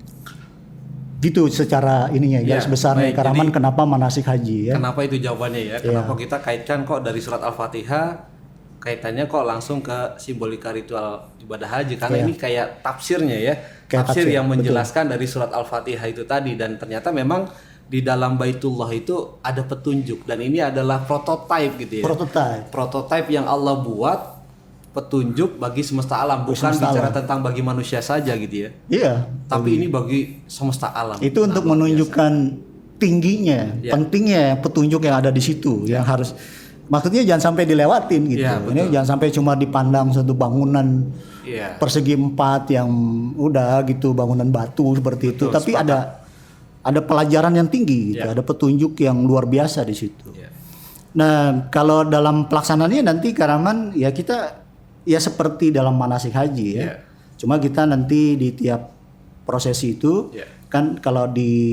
Gitu secara ininya garis besarnya baik. Karaman Jadi, kenapa manasik haji ya. Kenapa itu jawabannya ya? Kenapa kita kaitkan kok dari surat Al-Fatihah kaitannya kok langsung ke simbolika ritual ibadah haji, karena ini kayak tafsirnya ya. Kayak tafsir yang betul. menjelaskan dari surat Al-Fatihah itu tadi, dan ternyata memang di dalam Baitullah itu ada petunjuk, dan ini adalah prototipe gitu ya. Prototipe yang Allah buat petunjuk bagi semesta alam, bukan bicara tentang bagi manusia saja gitu ya. Iya. Tapi ini bagi semesta alam. Itu untuk menunjukkan tingginya, pentingnya petunjuk yang ada di situ, yang harus maksudnya jangan sampai dilewatin gitu. Ini jangan sampai cuma dipandang satu bangunan persegi 4 yang udah gitu, bangunan batu seperti itu, tapi ada pelajaran yang tinggi gitu, ada petunjuk yang luar biasa di situ. Nah, kalau dalam pelaksanaannya nanti Karaman ya kita ya seperti dalam manasik haji ya. Cuma kita nanti di tiap prosesi itu kan kalau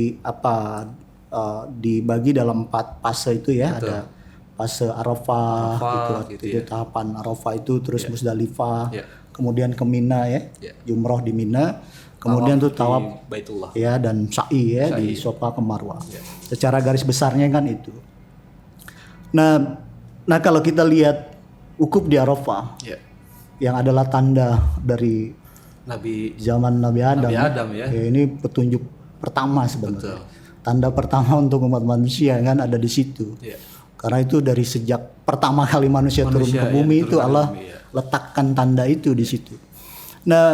dibagi dalam 4 fase itu ya. Ada fase Arafah gitu, itu tahapan Arafah itu, terus Musdalifah, kemudian ke Mina ya, jumroh di Mina, kemudian tuh tawaf Baitullah ya, dan sa'i ya di Safa ke Marwah. Secara garis besarnya kan itu. Nah kalau kita lihat wukuf di Arafah yang adalah tanda dari zaman Nabi Adam ya, ini petunjuk pertama sebenarnya. Tanda pertama untuk umat manusia kan ada di situ. Karena itu dari sejak pertama kali manusia turun ke bumi itu Allah letakkan tanda itu di situ. Nah,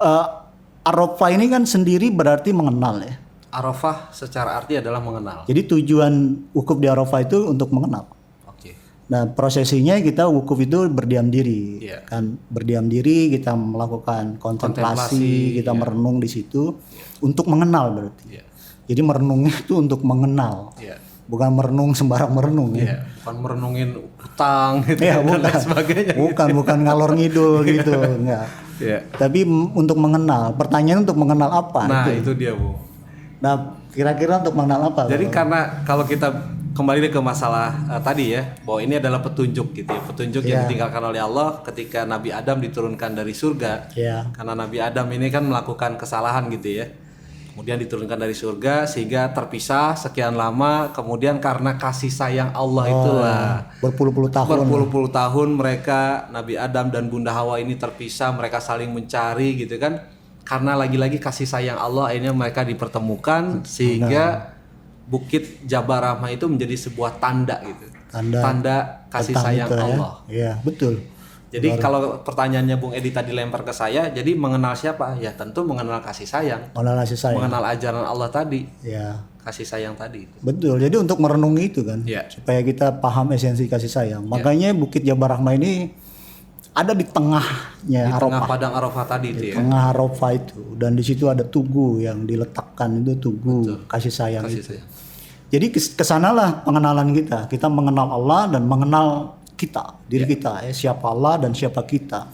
Arafah ini kan sendiri berarti mengenal ya. Arafah secara arti adalah mengenal. Jadi tujuan wukuf di Arafah itu untuk mengenal. Nah, prosesinya kita wukuf itu berdiam diri. Kan berdiam diri, kita melakukan kontemplasi, kita merenung di situ untuk mengenal berarti. Jadi merenungnya itu untuk mengenal. Bukan merenung sembarang merenung ya. Bukan merenungin utang gitu dan lain sebagainya. Bukan ngalor ngidul gitu, enggak. Tapi untuk mengenal. Pertanyaan untuk mengenal apa? Nah, itu dia, Bu. Nah, kira-kira untuk mengenal apa? Jadi karena kalau kita kembali ke masalah tadi ya, bahwa ini adalah petunjuk gitu ya. Petunjuk yang ditinggalkan oleh Allah ketika Nabi Adam diturunkan dari surga. Karena Nabi Adam ini kan melakukan kesalahan gitu ya. Kemudian diturunkan dari surga sehingga terpisah sekian lama, kemudian karena kasih sayang Allah itulah berpuluh-puluh tahun mereka, Nabi Adam dan Bunda Hawa ini terpisah, mereka saling mencari gitu kan, karena lagi-lagi kasih sayang Allah akhirnya mereka dipertemukan sehingga Bukit Jabal Rahmah itu menjadi sebuah tanda gitu, tanda kasih sayang Allah. Iya, betul. Jadi kalau pertanyaannya Bung Edi tadi lempar ke saya, jadi mengenal siapa? Ya tentu mengenal kasih sayang. Mengenal ajaran Allah tadi. Kasih sayang tadi. Betul. Jadi untuk merenungi itu kan, supaya kita paham esensi kasih sayang. Makanya Bukit Jabal Rahmah ini ada di tengahnya Arafah. Tengah padang Arafah tadi itu ya. Tengah Arafah itu, dan di situ ada tugu yang diletakkan, itu tugu kasih sayang itu. Jadi kesanalah pengenalan kita. Kita mengenal Allah dan mengenal kita, diri kita ya, siapa Allah dan siapa kita.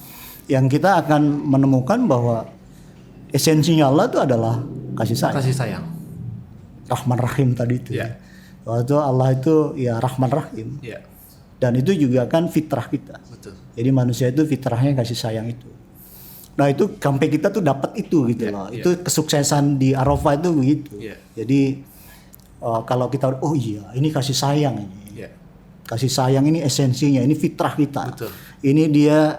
yang kita akan menemukan bahwa esensinya Allah itu adalah kasih sayang. Kasih sayang. Rahman Rahim tadi itu. Ya. Waktu Allah itu ya Rahman Rahim. Ya. Dan itu juga kan fitrah kita. Betul. Jadi manusia itu fitrahnya kasih sayang itu. Nah itu sampai kita tuh dapat itu gitu loh. Itu kesuksesan di Arafah itu begitu. Jadi kalau kita oh iya ini kasih sayang ini. Kasih sayang ini esensinya, ini fitrah kita. Betul. Ini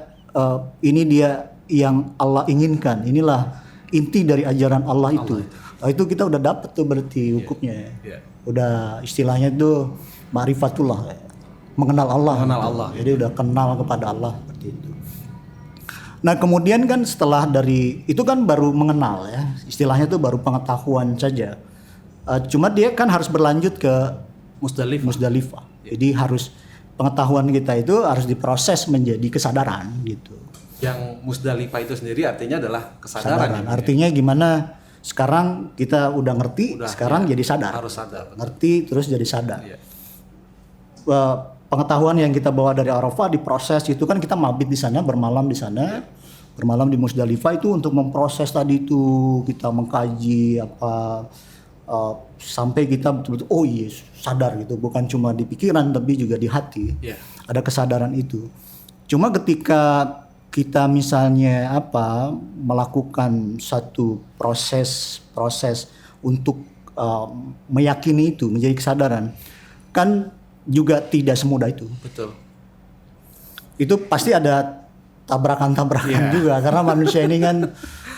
dia yang Allah inginkan. Inilah inti dari ajaran Allah itu. Nah, itu kita udah dapat tuh berarti hukumnya. Udah istilahnya tuh ma'rifatullah. Mengenal Allah. Jadi udah kenal kepada Allah seperti itu. Nah kemudian kan setelah dari itu kan baru mengenal ya, istilahnya tuh baru pengetahuan saja. Cuma dia kan harus berlanjut ke Musdalifah. Jadi harus pengetahuan kita itu harus diproses menjadi kesadaran gitu. Yang Musdalifah itu sendiri artinya adalah kesadaran. Artinya gimana? Sekarang kita udah ngerti, sekarang jadi sadar. Harus sadar. Ngerti terus jadi sadar. Pengetahuan yang kita bawa dari Arafah diproses itu kan kita mabit di sana, bermalam di sana, bermalam di Musdalifah itu untuk memproses tadi itu, kita mengkaji sampai kita betul-betul oh iya sadar gitu, bukan cuma di pikiran tapi juga di hati. Ada kesadaran itu. Cuma ketika kita misalnya melakukan satu proses untuk meyakini itu menjadi kesadaran kan juga tidak semudah itu. Betul. Itu pasti ada tabrakan juga karena manusia ini kan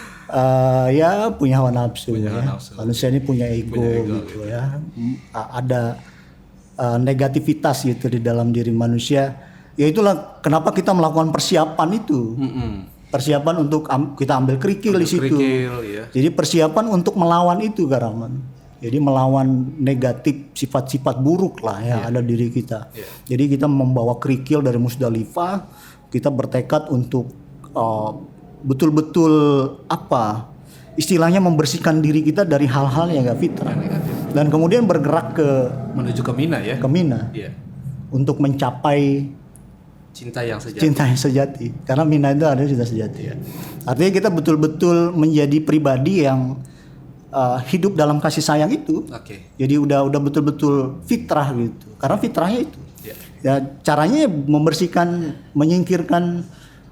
ya punya hawa nafsu. Manusia ini punya ego gitu ya. Ada negativitas gitu di dalam diri manusia. Ya itulah kenapa kita melakukan persiapan itu. Persiapan untuk kita ambil kerikil di situ. Jadi persiapan untuk melawan itu Karaman. Jadi melawan negatif sifat-sifat buruk lah ya ada diri kita. Jadi kita membawa kerikil dari Musdalifah, kita bertekad untuk betul-betul istilahnya membersihkan diri kita dari hal-hal yang gak fitrah. Dan kemudian bergerak menuju ke Mina ya. Ke Mina. Untuk mencapai cinta yang sejati. Karena Mina itu ada cinta sejati. Artinya kita betul-betul menjadi pribadi yang hidup dalam kasih sayang itu. Jadi udah betul-betul fitrah gitu. Karena fitrahnya itu. Ya caranya membersihkan, menyingkirkan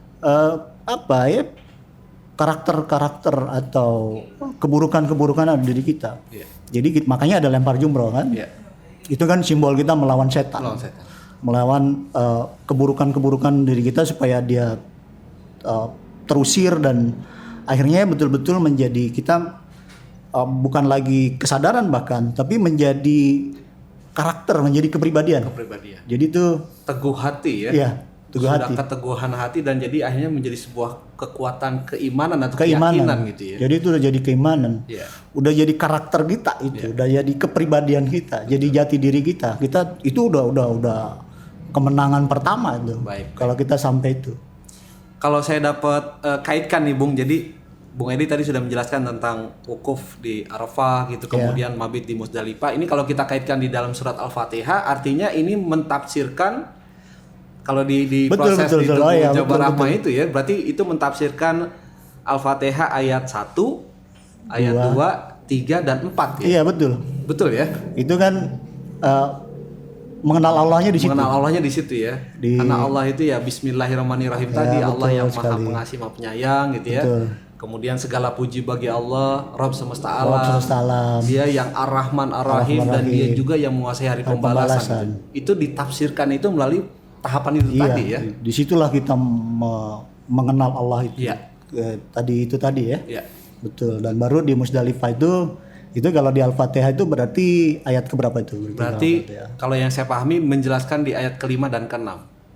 karakter-karakter atau keburukan-keburukan ada di diri kita. Jadi makanya ada lempar jumroh kan. Itu kan simbol kita melawan setan. Melawan keburukan-keburukan diri kita supaya dia terusir dan akhirnya betul-betul menjadi kita bukan lagi kesadaran bahkan tapi menjadi karakter, menjadi kepribadian. Jadi itu teguh hati ya. Iya, teguh sudah hati. Keteguhan hati dan jadi akhirnya menjadi sebuah kekuatan keimanan atau keyakinan gitu ya. Jadi itu udah jadi keimanan. Udah jadi karakter kita itu, udah jadi kepribadian kita, jadi jati diri kita. Kita itu udah kemenangan pertama itu. Kalau kita sampai itu. Kalau saya dapat kaitkan nih Bung, jadi Bung Edi tadi sudah menjelaskan tentang wukuf di Arafah gitu, kemudian mabit di Musdalifah. Ini kalau kita kaitkan di dalam surat Al-Fatihah, artinya ini mentafsirkan kalau di proses di Jabar Rahmah itu ya, berarti itu mentafsirkan Al-Fatihah ayat 1, ayat 2, 3 dan 4 ya. Iya, betul. Betul ya? Itu kan mengenal Allahnya di situ. Mengenal Allahnya di situ ya. Karena Allah itu ya Bismillahirrahmanirrahim tadi, Allah yang Maha Pengasih, Maha Penyayang gitu ya. Kemudian segala puji bagi Allah, Rabb semesta alam. Dia yang Ar-Rahman Ar-Rahim dan dia juga yang menguasai hari pembalasan. Itu ditafsirkan itu melalui tahapan itu tadi ya. Disitulah kita mengenal Allah itu. Tadi ya. Betul. Dan baru di Musdalifah itu kalau di Al-Fatihah itu berarti ayat keberapa itu? Berarti kalau yang saya pahami menjelaskan di ayat ke-5 dan ke-6.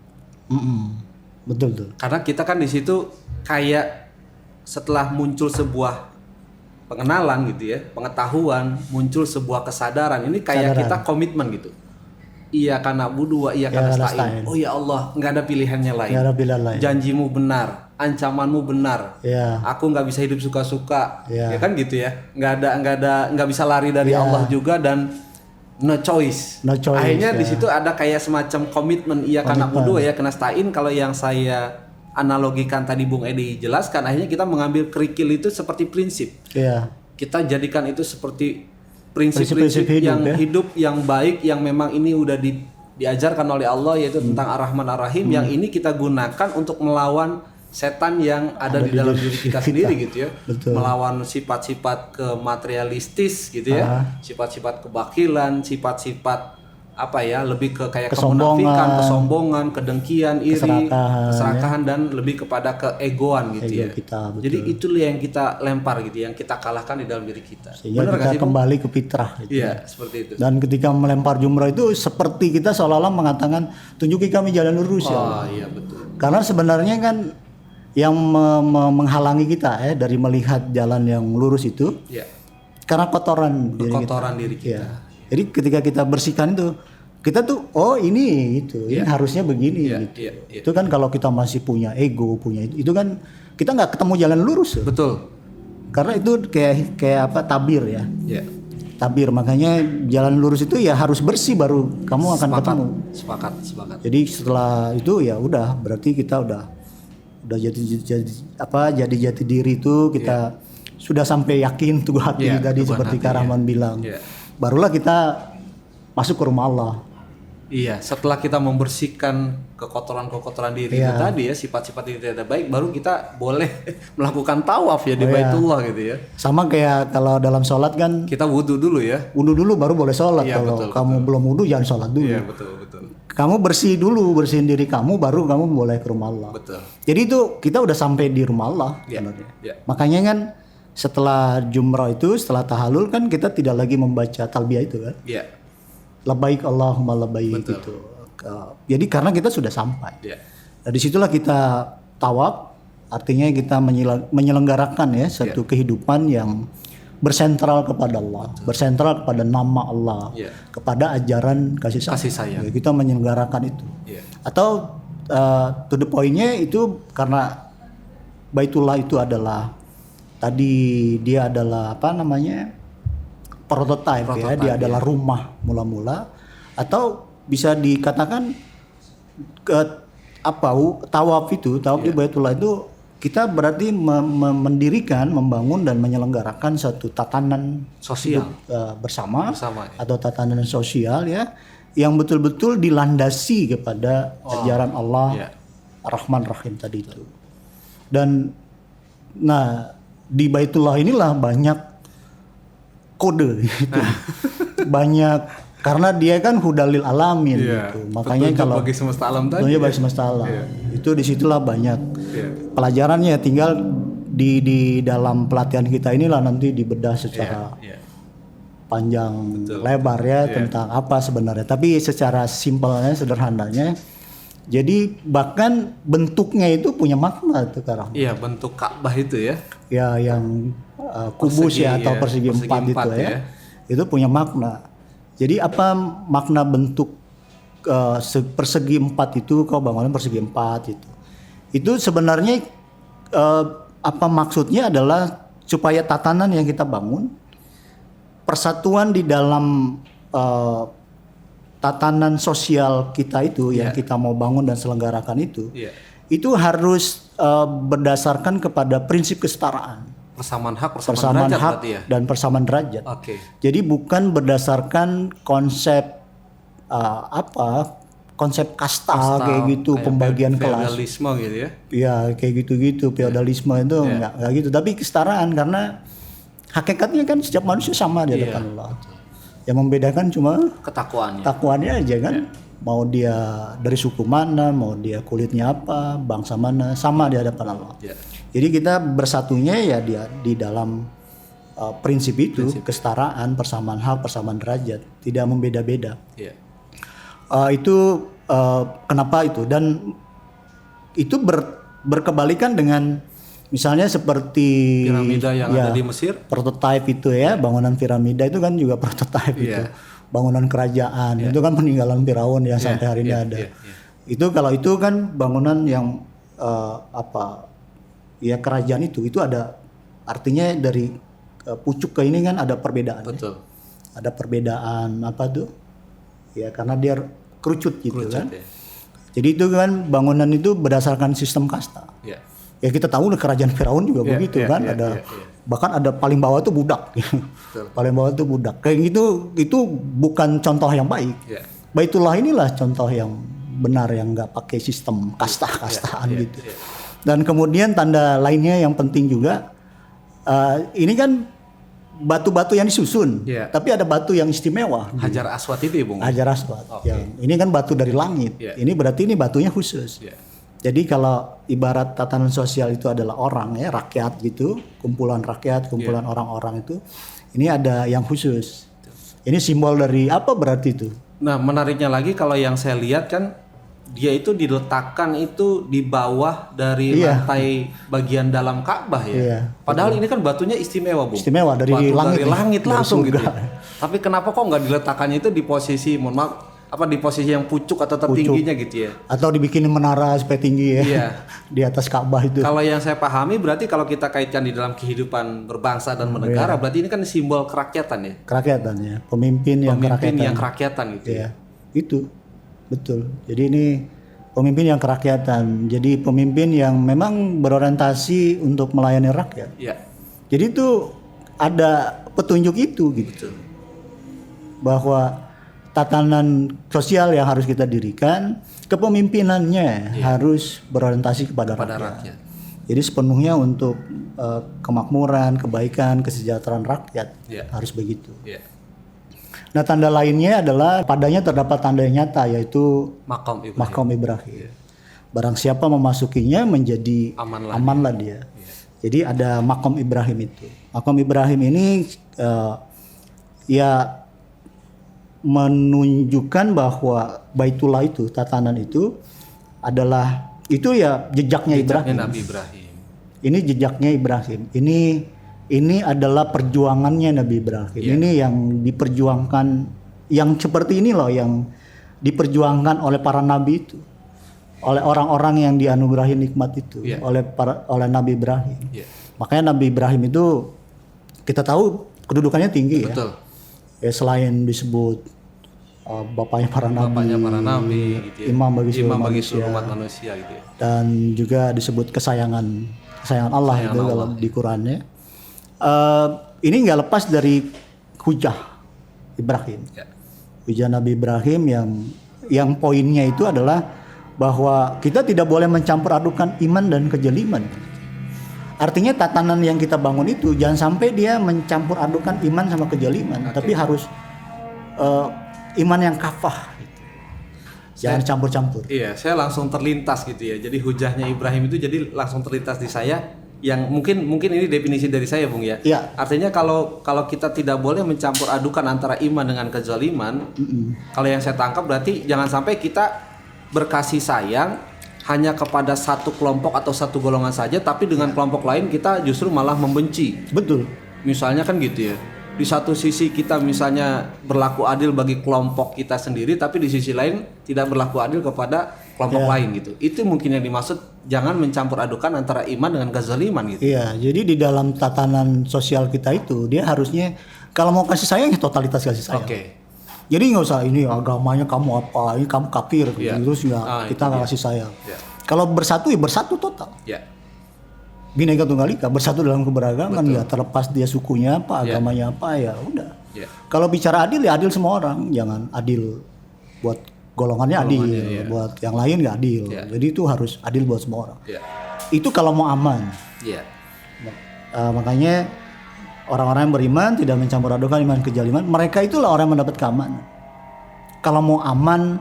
Betul. Karena kita kan di situ kayak setelah muncul sebuah pengenalan gitu ya, pengetahuan, muncul sebuah kesadaran. Ini kayak kita komitmen gitu. Iya karena budu, iya karena nasta'in. Oh ya Allah, nggak ada pilihannya lain. Janjimu benar, ancamanmu benar. Aku nggak bisa hidup suka-suka, ya kan gitu ya. Nggak bisa lari dari Allah juga dan no choice. Akhirnya di situ ada kayak semacam komitmen. Iya karena budu, ya karena nasta'in. Kalau yang saya analogikan tadi Bung Edi jelaskan, akhirnya kita mengambil kerikil itu seperti prinsip. Iya. Kita jadikan itu seperti Prinsip-prinsip prinsip-prinsip yang hidup, ya. hidup yang baik, yang memang ini udah diajarkan oleh Allah, yaitu tentang Ar-Rahman Ar-Rahim, yang ini kita gunakan untuk melawan setan yang ada di dalam diri kita sendiri gitu ya. Betul. Melawan sifat-sifat kematerialistis gitu ya, sifat-sifat kebakilan, sifat-sifat apa ya, lebih ke kayak kemunafikan, kesombongan, kedengkian, iri, keserakahan, dan lebih kepada keegoan gitu ya. Jadi itulah yang kita lempar gitu, yang kita kalahkan di dalam diri kita. Sehingga benar kita kembali ke fitrah gitu. Iya, seperti itu. Dan ketika melempar jumrah itu seperti kita seolah-olah mengatakan, tunjuki kami jalan lurus ya. Oh iya betul. Karena sebenarnya kan yang menghalangi kita dari melihat jalan yang lurus itu, karena kotoran diri kita. Ya. Jadi ketika kita bersihkan itu, kita tuh ini ini harusnya begini gitu. Itu kan kalau kita masih punya ego, punya itu kan kita nggak ketemu jalan lurus. Betul. Karena itu kayak apa, tabir ya. Tabir, makanya jalan lurus itu ya harus bersih baru kamu akan ketemu. Sepakat. Jadi setelah itu ya udah, berarti kita udah jadi jati diri itu kita sudah sampai yakin tuh hati tadi seperti Kak Rahman bilang. Barulah kita masuk ke rumah Allah. Iya, setelah kita membersihkan kekotoran diri itu tadi ya, sifat-sifat yang tidak baik, baru kita boleh melakukan tawaf ya di Baitullah gitu ya. Sama kayak kalau dalam sholat kan kita wudhu dulu ya. Wudhu dulu baru boleh sholat. Kalau kamu belum wudhu jangan sholat dulu. Iya betul. Kamu bersihin diri kamu, baru kamu boleh ke rumah Allah. Betul. Jadi itu kita udah sampai di rumah Allah. Makanya kan setelah jumrah itu, setelah tahallul kan kita tidak lagi membaca talbiyah itu kan. Labbaik Allahumma labbaik gitu. Jadi karena kita sudah sampai. Nah, disitulah kita tawaf, artinya kita menyelenggarakan ya satu kehidupan yang bersentral kepada Allah, bersentral kepada nama Allah, kepada ajaran kasih sayang. Ya, kita menyelenggarakan itu. Atau to the point-nya itu karena Baitullah itu adalah tadi dia adalah prototype ya, dia adalah rumah mula-mula, atau bisa dikatakan tawaf di Baitullah itu kita berarti mendirikan, membangun dan menyelenggarakan satu tatanan sosial bersama atau tatanan sosial ya, yang betul-betul dilandasi kepada ajaran Allah Ar-Rahman Ar-Rahim tadi itu. Dan di Baitullah inilah banyak kode gitu. Banyak, karena dia kan hudalil alamin gitu. Makanya kalau bagi semesta alam tadi. Bagi semesta alam. Itu disitulah banyak pelajarannya, tinggal di dalam pelatihan kita inilah nanti dibedah secara panjang lebar ya tentang apa sebenarnya. Tapi secara simpelnya, sederhananya, jadi bahkan bentuknya itu punya makna tuh Kak. Iya, bentuk Ka'bah itu ya. Ya yang kubus atau persegi empat itu ya. Itu punya makna. Jadi apa makna bentuk persegi empat itu, kau bangunan persegi empat itu? Itu sebenarnya apa maksudnya adalah supaya tatanan yang kita bangun, persatuan di dalam tatanan sosial kita itu yang kita mau bangun dan selenggarakan itu harus berdasarkan kepada prinsip kesetaraan, persamaan hak dan persamaan derajat. Jadi bukan berdasarkan konsep konsep kasta kayak gitu, pembagian kelas, feodalisme gitu ya. Ya kayak gitu feodalisme itu enggak gitu, tapi kesetaraan, karena hakikatnya kan setiap manusia sama di hadapan Allah. Yang membedakan cuma ketakwaannya aja kan. Mau dia dari suku mana, mau dia kulitnya apa, bangsa mana, sama di hadapan Allah. Jadi kita bersatunya ya dia di dalam prinsip itu, kesetaraan, persamaan hak, persamaan derajat, tidak membeda-beda. Itu kenapa itu, dan itu berkebalikan dengan misalnya seperti piramida yang ada di Mesir, prototipe itu ya, bangunan piramida itu kan juga prototipe itu. Bangunan kerajaan itu kan peninggalan Firaun yang sampai hari ini ada. Itu kalau itu kan bangunan yang kerajaan itu ada artinya dari pucuk ke ini kan ada perbedaan. Betul. Ada perbedaan apa tuh? Ya karena dia kerucut gitu kan. Jadi itu kan bangunan itu berdasarkan sistem kasta. Ya. Ya kita tahu kerajaan Firaun juga Iya, begitu iya, kan, iya, ada iya, iya. bahkan ada paling bawah itu budak. Paling bawah itu budak. Kayak gitu itu bukan contoh yang baik. Iya. Baitullah inilah contoh yang benar yang nggak pakai sistem kasta-kastaan Iya, iya, gitu. iya. Dan kemudian tanda lainnya yang penting juga, ini kan batu-batu yang disusun, Iya. tapi ada batu yang istimewa. Hajar Aswad itu ya, Bung? Hajar Aswad. Oke. Ini kan batu dari langit. Iya. Ini berarti ini batunya khusus. Iya. Jadi kalau ibarat tatanan sosial itu adalah orang ya, rakyat gitu, kumpulan rakyat, kumpulan orang-orang itu, ini ada yang khusus. Ini simbol dari apa berarti itu? Nah, menariknya lagi kalau yang saya lihat kan dia itu diletakkan itu di bawah dari Iya. lantai bagian dalam Ka'bah ya. Iya, Padahal ini kan batunya istimewa, Bung. Istimewa dari Batu langit dari ya, langit dari langsung gitu. surga. Ya. Tapi kenapa kok nggak diletakkannya itu di posisi, mohon maaf, di posisi yang pucuk atau tertingginya gitu ya? Atau dibikin menara supaya tinggi ya, Iya. di atas Ka'bah itu. Kalau yang saya pahami berarti kalau kita kaitkan di dalam kehidupan berbangsa dan bernegara, berarti ini kan simbol kerakyatan ya. Kerakyatan ya, pemimpin yang Pemimpin kerakyatan. yang kerakyatan gitu ya. Ya, itu betul. Jadi ini pemimpin yang kerakyatan. Jadi pemimpin yang memang berorientasi untuk melayani rakyat. Iya. Jadi itu ada petunjuk itu gitu. Betul. Bahwa tatanan sosial yang harus kita dirikan, kepemimpinannya harus berorientasi kepada rakyat. Jadi sepenuhnya untuk kemakmuran, kebaikan, kesejahteraan rakyat. Iya. Harus begitu. Iya. Nah, tanda lainnya adalah padanya terdapat tanda yang nyata, yaitu Makom Ibrahim. Maqam Ibrahim. Barang siapa memasukinya menjadi Amanlah amanlah dia. Jadi ada Maqam Ibrahim itu. Maqam Ibrahim ini ya menunjukkan bahwa Baitullah itu, tatanan itu adalah itu ya jejaknya Ibrahim. Nabi Ibrahim. Ini jejaknya Ibrahim. Ini adalah perjuangannya Nabi Ibrahim. Iya. Ini yang diperjuangkan, yang seperti ini loh yang diperjuangkan oleh para nabi itu, oleh orang-orang yang dianugerahi nikmat itu, Iya. oleh Nabi Ibrahim. Iya. Makanya Nabi Ibrahim itu kita tahu kedudukannya tinggi ya. Betul. Ya selain disebut bapaknya para Bapaknya nabi, para nabi gitu ya. imam bagi seluruh Imam bagi manusia, seluruh umat manusia gitu ya. dan juga disebut kesayangan Allah itu dalam di Qurannya. Ini nggak lepas dari hujah Ibrahim. Ya. Hujah Nabi Ibrahim yang poinnya itu adalah bahwa kita tidak boleh mencampur adukan iman dan kejeliman. Artinya tatanan yang kita bangun itu jangan sampai dia mencampur adukan iman sama kejeliman, tapi harus iman yang kafah. Jangan campur-campur. Iya, saya langsung terlintas gitu ya. Jadi hujahnya Ibrahim itu jadi langsung terlintas di saya yang mungkin ini definisi dari saya, Bung ya. Iya. Artinya kalau kita tidak boleh mencampur adukan antara iman dengan kezaliman, kalau yang saya tangkap berarti jangan sampai kita berkasih sayang hanya kepada satu kelompok atau satu golongan saja, tapi dengan kelompok lain kita justru malah membenci. Betul. Misalnya kan gitu ya. Di satu sisi kita misalnya berlaku adil bagi kelompok kita sendiri, tapi di sisi lain tidak berlaku adil kepada kelompok lain gitu. Itu mungkin yang dimaksud jangan mencampur adukan antara iman dengan kezaliman gitu. Iya, jadi di dalam tatanan sosial kita itu dia harusnya kalau mau kasih sayang ya totalitas kasih sayang. Oke. Jadi nggak usah ini agamanya kamu apa, ini kamu kafir, Iya. terus nggak kita nggak kasih sayang. Iya. Kalau bersatu ya bersatu total. Ya. Bhinneka Tunggal Ika, bersatu dalam keberagaman ya terlepas dia sukunya apa, agamanya apa ya udah. Ya. Kalau bicara adil ya adil semua orang, jangan adil buat golongannya adil, iya. buat yang lain nggak adil. Ya. Jadi itu harus adil buat semua orang. Ya. Itu kalau mau aman. Ya. Makanya orang-orang yang beriman tidak mencampur adukan iman kejaliman, mereka itulah orang yang mendapat keamanan. Kalau mau aman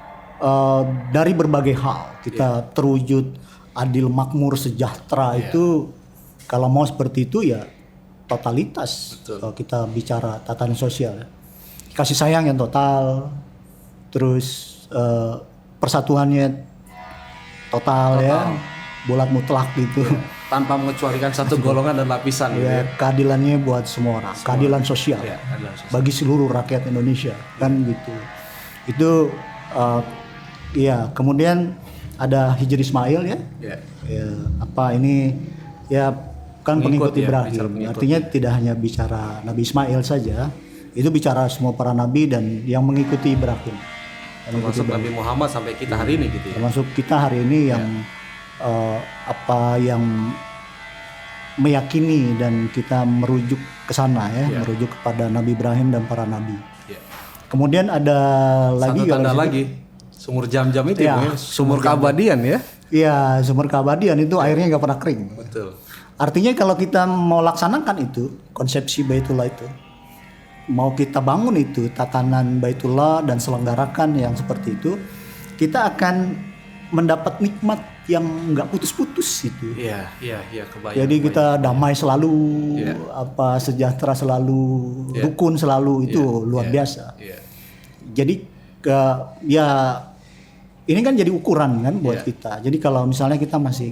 dari berbagai hal, kita terwujud adil, makmur, sejahtera itu kalau mau seperti itu ya totalitas. Kalau kita bicara tatanan sosial, ya. Kasih sayang yang total, terus persatuannya total. Ya, bulat mutlak gitu. Tanpa mengecualikan satu golongan dan lapisan gitu Ya, ya. keadilannya buat semua orang, keadilan sosial Ya, keadilan sosial. bagi seluruh rakyat Indonesia kan gitu. Itu ya kemudian ada Hijri Ismail ya. Ya. Ya, apa ini ya kan Pengikut pengikut ya, Ibrahim. bicara pengikut. Artinya tidak hanya bicara Nabi Ismail saja, itu bicara semua para nabi dan yang mengikuti Ibrahim. termasuk Nabi Muhammad sampai kita hari ini gitu ya. Termasuk kita hari ini yang yang meyakini dan kita merujuk ke sana ya, merujuk kepada Nabi Ibrahim dan para nabi. Ya. Kemudian ada lagi satu tanda lagi, sumur Jam-Jam itu ya, sumur keabadian ya. Iya, sumur keabadian itu airnya nggak pernah kering. Betul. Artinya kalau kita mau laksanakan itu konsepsi Baitullah itu, mau kita bangun itu tatanan Baitullah dan selenggarakan yang seperti itu, kita akan mendapat nikmat yang nggak putus-putus itu. Iya, kebayang. Jadi kita damai selalu, sejahtera selalu, rukun selalu, itu luar biasa. Jadi ini kan jadi ukuran kan buat kita. Jadi kalau misalnya kita masih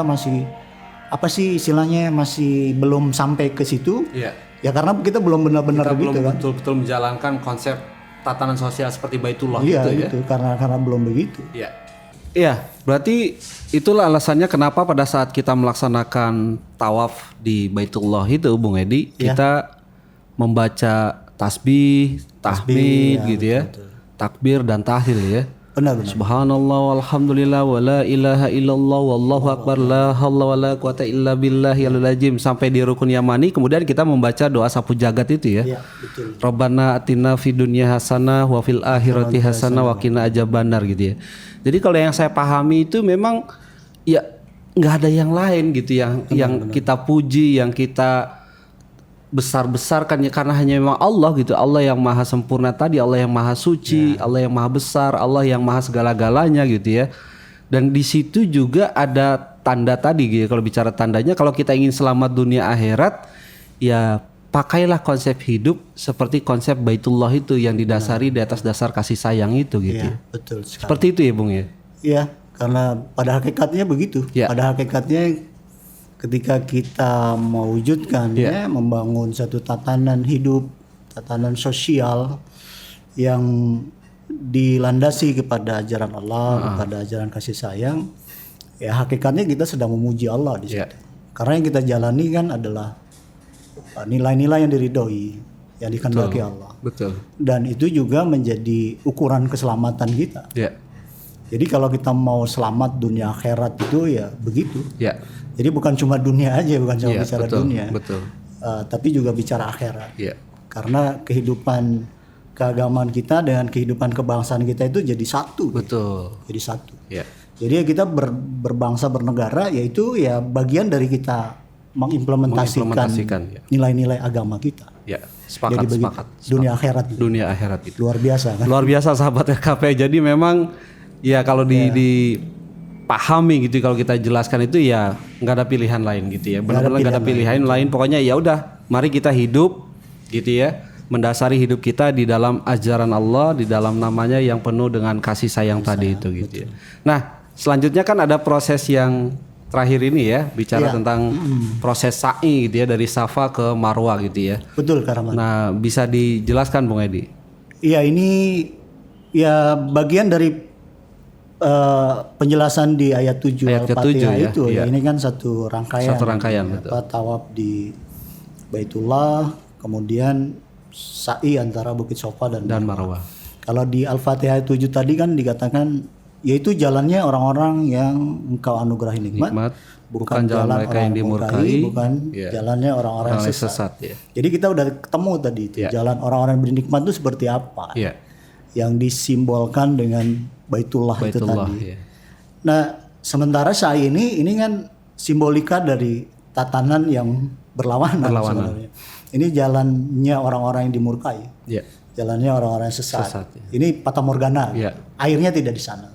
apa sih istilahnya masih belum sampai ke situ, ya karena kita belum benar-benar gitu belum kan. Betul-betul menjalankan konsep tatanan sosial seperti Baitullah gitu, karena belum begitu. Iya, berarti itulah alasannya kenapa pada saat kita melaksanakan tawaf di Baitullah itu, Bung Edi, kita membaca tasbih, tahmid gitu ya, takbir dan tahlil ya. Benar. Subhanallah walhamdulillah wala ilaha illallah wallahu akbar la haula wala quwata illa billahil azim sampai di rukun yamani, kemudian kita membaca doa sapu jagat itu ya. Iya, betul. Rabbana atina fid dunya hasanah wa fil akhirati hasanah wa qina adzabannar gitu ya. Jadi kalau yang saya pahami itu memang ya nggak ada yang lain gitu yang kita puji, yang kita besar-besarkan ya, karena hanya memang Allah gitu. Allah yang maha sempurna tadi, Allah yang maha suci, Allah yang maha besar, Allah yang maha segala-galanya gitu ya. Dan di situ juga ada tanda tadi gitu. Kalau bicara tandanya, kalau kita ingin selamat dunia akhirat, ya pakailah konsep hidup seperti konsep Baitullah itu yang didasari di atas dasar kasih sayang itu gitu. Iya, betul sekali. Seperti itu ya, Bung ya. Iya, karena pada hakikatnya begitu. Pada hakikatnya ketika kita mewujudkan membangun satu tatanan hidup, tatanan sosial yang dilandasi kepada ajaran Allah, kepada ajaran kasih sayang, ya hakikatnya kita sedang memuji Allah di situ. Karena yang kita jalani kan adalah nilai-nilai yang diridhoi, yang dikehendaki Allah. Betul. Dan itu juga menjadi ukuran keselamatan kita. Jadi kalau kita mau selamat dunia akhirat itu ya begitu. Jadi bukan cuma dunia aja, bukan cuma bicara dunia. Betul. Tapi juga bicara akhirat. Karena kehidupan keagamaan kita dengan kehidupan kebangsaan kita itu jadi satu. Betul. Jadi satu. Jadi kita berbangsa bernegara yaitu ya bagian dari kita mengimplementasikan nilai-nilai agama kita. Sepakat. Dunia akhirat. Dunia akhirat itu. Luar biasa kan? Luar biasa sahabat RKP. Jadi memang ya kalau dipahami gitu, kalau kita jelaskan itu ya nggak ada pilihan lain gitu ya. Benar-benar nggak ada pilihan lain. Pokoknya ya udah, mari kita hidup gitu ya. Mendasari hidup kita di dalam ajaran Allah, di dalam namanya yang penuh dengan kasih sayang tadi itu gitu ya. Nah, selanjutnya kan ada proses yang terakhir ini ya, bicara tentang proses sa'i gitu ya, dari Safa ke Marwah gitu ya. Betul, Kak Rahman. Nah, bisa dijelaskan Bung Edi? Iya, ini ya bagian dari penjelasan di ayat 7 Al-Fatihah itu ya. Ini kan satu rangkaian tawaf di Baitullah, kemudian sa'i antara Bukit Sofa dan Marwah. Kalau di Al-Fatihah 7 tadi kan dikatakan yaitu jalannya orang-orang yang engkau anugerahi nikmat, bukan jalan mereka yang dimurkai, bukan jalannya orang-orang yang sesat. Jadi kita udah ketemu tadi itu jalan orang-orang yang bernikmat itu seperti apa, yang disimbolkan dengan Baitullah itu tadi. Nah, sementara sa'i ini kan simbolika dari tatanan yang berlawanan. Sebenarnya. Ini jalannya orang-orang yang dimurkai, jalannya orang-orang yang sesat. Ini Fata Morgana, airnya tidak di sana.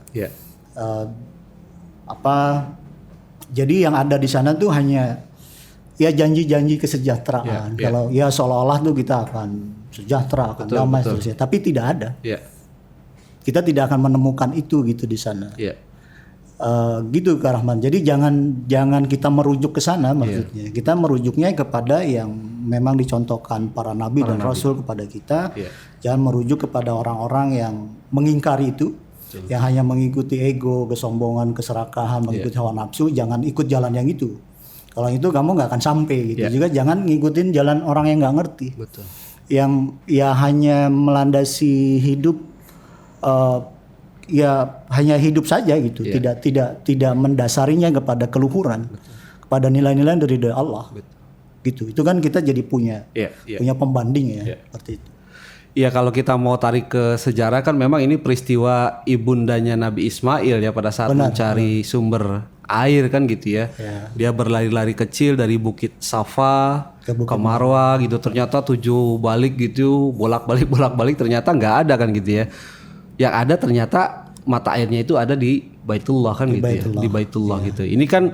Jadi yang ada di sana tuh hanya ya janji-janji kesejahteraan. Kalau ya seolah-olah tuh kita akan sejahtera, akan damai seterusnya, tapi tidak ada. Kita tidak akan menemukan itu gitu di sana. Gitu Kak Rahman. Jadi jangan kita merujuk ke sana maksudnya. Kita merujuknya kepada yang memang dicontohkan para nabi dan rasul kepada kita. Jangan merujuk kepada orang-orang yang mengingkari itu, yang hanya mengikuti ego, kesombongan, keserakahan, mengikuti hawa nafsu. Jangan ikut jalan yang itu. Kalau itu kamu nggak akan sampai gitu. Juga jangan ngikutin jalan orang yang nggak ngerti. Yang ya hanya melandasi hidup ya hanya hidup saja gitu, tidak mendasarinya kepada keluhuran, kepada nilai-nilai dari Allah. Gitu. Itu kan kita jadi punya pembanding ya, seperti itu. Iya, kalau kita mau tarik ke sejarah kan memang ini peristiwa ibundanya Nabi Ismail ya pada saat mencari sumber air kan gitu ya. Dia berlari-lari kecil dari Bukit Safa ke Marwah gitu. Ternyata 7 balik gitu, bolak-balik ternyata nggak ada kan gitu ya. Yang ada ternyata mata airnya itu ada di Baitullah kan gitu ya. Di Baitullah gitu. Ini kan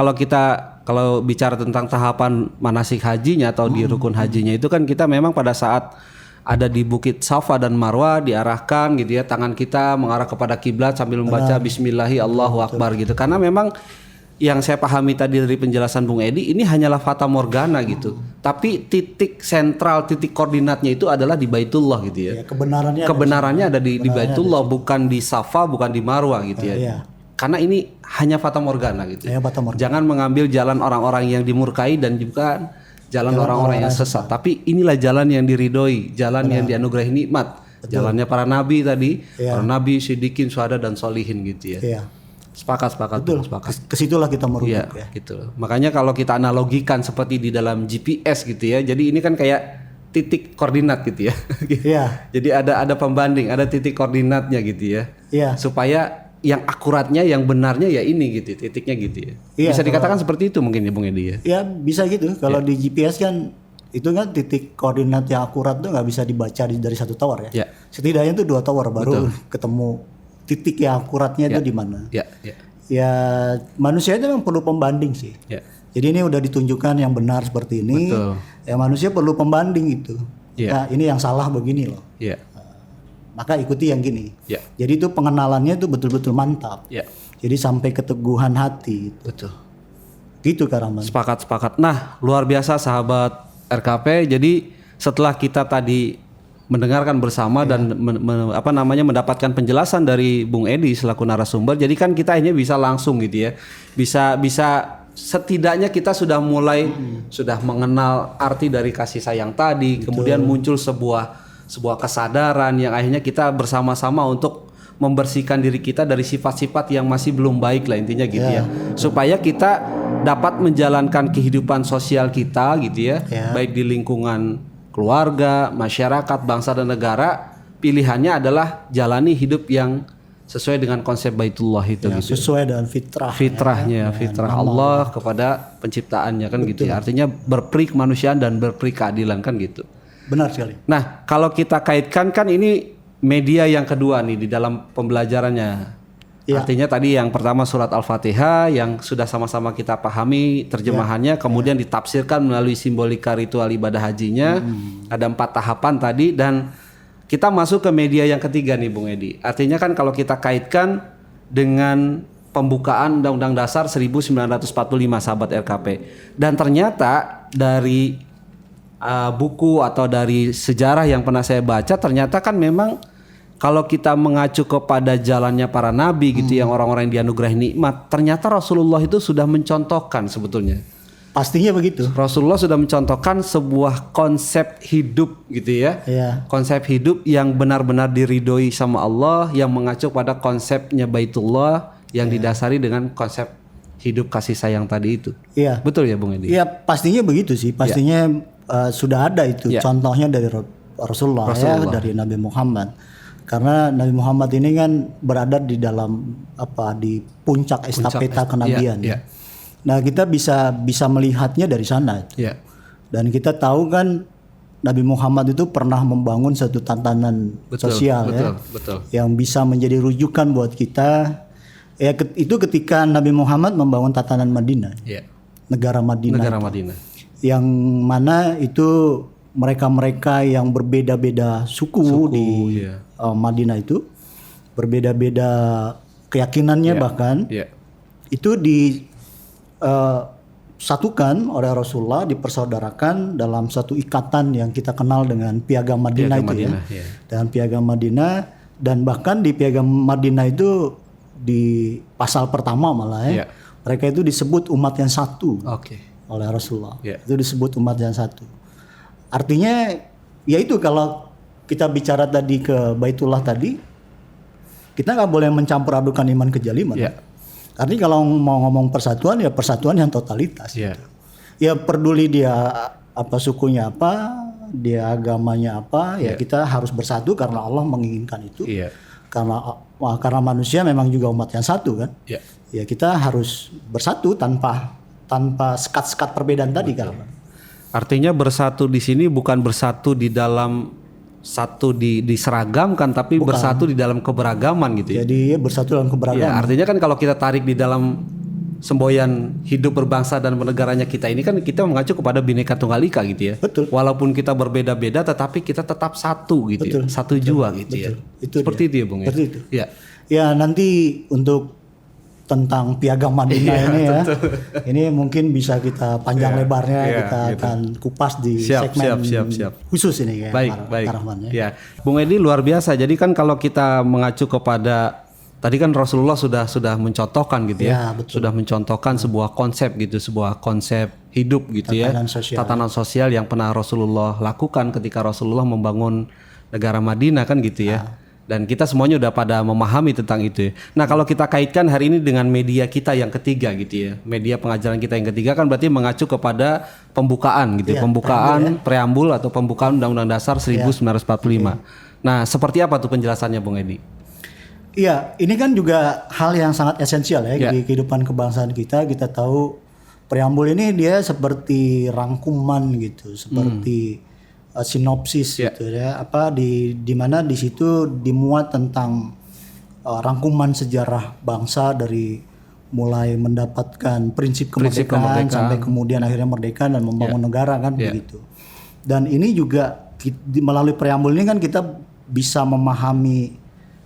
kalau bicara tentang tahapan manasik hajinya atau di rukun hajinya itu kan kita memang pada saat ada di Bukit Safa dan Marwah diarahkan gitu ya, tangan kita mengarah kepada kiblat sambil membaca Bismillahi Allahu Akbar gitu. Karena memang yang saya pahami tadi dari penjelasan Bung Edi ini hanyalah fata morgana gitu. Tapi titik sentral, titik koordinatnya itu adalah di Baitullah gitu ya. Kebenarannya ada di Baitullah, bukan di Safa, bukan di Marwah gitu ya. Karena ini hanya fata morgana gitu. Jangan mengambil jalan orang-orang yang dimurkai dan juga jalan orang-orang yang sesat. Tapi inilah jalan yang diridhoi, jalan yang dianugerahi nikmat. Jalannya para nabi tadi, para nabi, siddiqin, syuhada dan solihin gitu ya. Sepakat. Kesitulah kita merujuk ya. Gitu. Makanya kalau kita analogikan seperti di dalam GPS gitu ya. Jadi ini kan kayak titik koordinat gitu ya. Jadi ada pembanding, ada titik koordinatnya gitu ya. Supaya yang akuratnya, yang benarnya ya ini gitu, titiknya gitu ya. Bisa dikatakan seperti itu mungkin ya Bung Edi ya. Ya bisa gitu. Kalau di GPS kan itu kan titik koordinat yang akurat tuh nggak bisa dibaca dari satu tower ya. Setidaknya itu 2 tower baru ketemu titik yang akuratnya itu di mana. Ya manusia itu memang perlu pembanding sih. Jadi ini udah ditunjukkan yang benar seperti ini. Ya manusia perlu pembanding itu. Nah ini yang salah begini loh. Maka ikuti yang gini. Jadi itu pengenalannya itu betul-betul mantap. Jadi sampai keteguhan hati. Betul. Gitu Karaman. Sepakat. Nah, luar biasa sahabat RKP. Jadi setelah kita tadi mendengarkan bersama dan mendapatkan penjelasan dari Bung Edi selaku narasumber, jadi kan kita akhirnya bisa langsung gitu ya. Bisa setidaknya kita sudah mulai sudah mengenal arti dari kasih sayang tadi. Kemudian muncul sebuah kesadaran yang akhirnya kita bersama-sama untuk membersihkan diri kita dari sifat-sifat yang masih belum baik lah intinya gitu ya. Supaya kita dapat menjalankan kehidupan sosial kita gitu ya. Baik di lingkungan keluarga, masyarakat, bangsa dan negara, pilihannya adalah jalani hidup yang sesuai dengan konsep Baitullah itu gitu. Sesuai dengan fitrah. Fitrah Allah kepada penciptaannya kan gitu ya. Artinya berperi kemanusiaan dan berperi keadilan kan gitu. Benar sekali. Nah, kalau kita kaitkan kan ini media yang kedua nih di dalam pembelajarannya. Artinya tadi yang pertama surat Al-Fatihah yang sudah sama-sama kita pahami terjemahannya, kemudian ditafsirkan melalui simbolika ritual ibadah hajinya. Ada 4 tahapan tadi dan kita masuk ke media yang ketiga nih Bung Edi. Artinya kan kalau kita kaitkan dengan pembukaan Undang-Undang Dasar 1945 sahabat RKP. Dan ternyata dari buku atau dari sejarah yang pernah saya baca ternyata kan memang kalau kita mengacu kepada jalannya para nabi gitu yang orang-orang yang dianugerahi nikmat, ternyata Rasulullah itu sudah mencontohkan sebetulnya. Pastinya begitu. Rasulullah sudah mencontohkan sebuah konsep hidup gitu ya. Konsep hidup yang benar-benar diridhoi sama Allah, yang mengacu pada konsepnya Baitullah yang didasari dengan konsep hidup kasih sayang tadi itu. Betul ya Bung Edi? Iya, pastinya begitu sih. Pastinya sudah ada itu contohnya dari Rasulullah ya, dari Nabi Muhammad. Karena Nabi Muhammad ini kan berada di dalam di puncak estafeta kenabian. Nah, kita bisa melihatnya dari sana. Dan kita tahu kan Nabi Muhammad itu pernah membangun satu tatanan sosial yang bisa menjadi rujukan buat kita. Itu ketika Nabi Muhammad membangun tatanan Madinah. Negara Madinah. Yang mana itu mereka-mereka yang berbeda-beda suku di Madinah itu, berbeda-beda keyakinannya bahkan itu disatukan oleh Rasulullah, dipersaudarakan dalam satu ikatan yang kita kenal dengan Piagam Madinah dengan Piagam Madinah. Dan bahkan di Piagam Madinah itu di pasal pertama malah mereka itu disebut umat yang satu. Oleh Rasulullah. Itu disebut umat yang satu. Artinya ya itu kalau kita bicara tadi ke Baitullah tadi, kita nggak boleh mencampur adukan iman kejaliman. Ya. Artinya kalau mau ngomong persatuan ya persatuan yang totalitas. Ya. Gitu. Ya peduli dia apa sukunya apa, dia agamanya apa, ya kita harus bersatu karena Allah menginginkan itu. Iya. Karena manusia memang juga umat yang satu kan. Ya. Ya kita harus bersatu tanpa sekat-sekat perbedaan tadi kan. Artinya bersatu di sini bukan bersatu di dalam satu diseragamkan, tapi Bukan. bersatu di dalam keberagaman gitu ya. Jadi bersatu dalam keberagaman. Ya, artinya kan kalau kita tarik di dalam semboyan hidup berbangsa dan bernegaranya kita ini kan kita mengacu kepada Bhinneka Tunggal Ika gitu ya. Betul. Walaupun kita berbeda-beda tetapi kita tetap satu gitu Betul. ya. Satu jua gitu ya. Itu Seperti itu ya Bung ya. Seperti itu. Ya. Ya nanti untuk tentang Piagam Madinah ini ya, ini mungkin bisa kita panjang lebarnya kita akan kupas di segmen siap. khusus ini ya. Baik. Rahman, ya. Ya. Bung Edi luar biasa. Jadi kan kalau kita mengacu kepada tadi kan Rasulullah sudah mencontohkan gitu ya. betul. Sudah mencontohkan sebuah konsep gitu, sebuah konsep hidup gitu Tatanan sosial yang pernah Rasulullah lakukan ketika Rasulullah membangun negara Madinah kan gitu ya. Dan kita semuanya udah pada memahami tentang itu. Nah kalau kita kaitkan hari ini dengan media kita yang ketiga gitu ya, media pengajaran kita yang ketiga kan berarti mengacu kepada pembukaan gitu, pembukaan preambul atau pembukaan Undang-Undang Dasar 1945. Nah seperti apa tuh penjelasannya Bung Edi? Iya, ini kan juga hal yang sangat esensial ya di kehidupan kebangsaan kita. Kita tahu preambul ini dia seperti rangkuman gitu, seperti sinopsis gitu ya, apa di mana di situ dimuat tentang rangkuman sejarah bangsa dari mulai mendapatkan prinsip kemerdekaan sampai kemudian akhirnya merdeka dan membangun negara kan begitu. Dan ini juga melalui preambul ini kan kita bisa memahami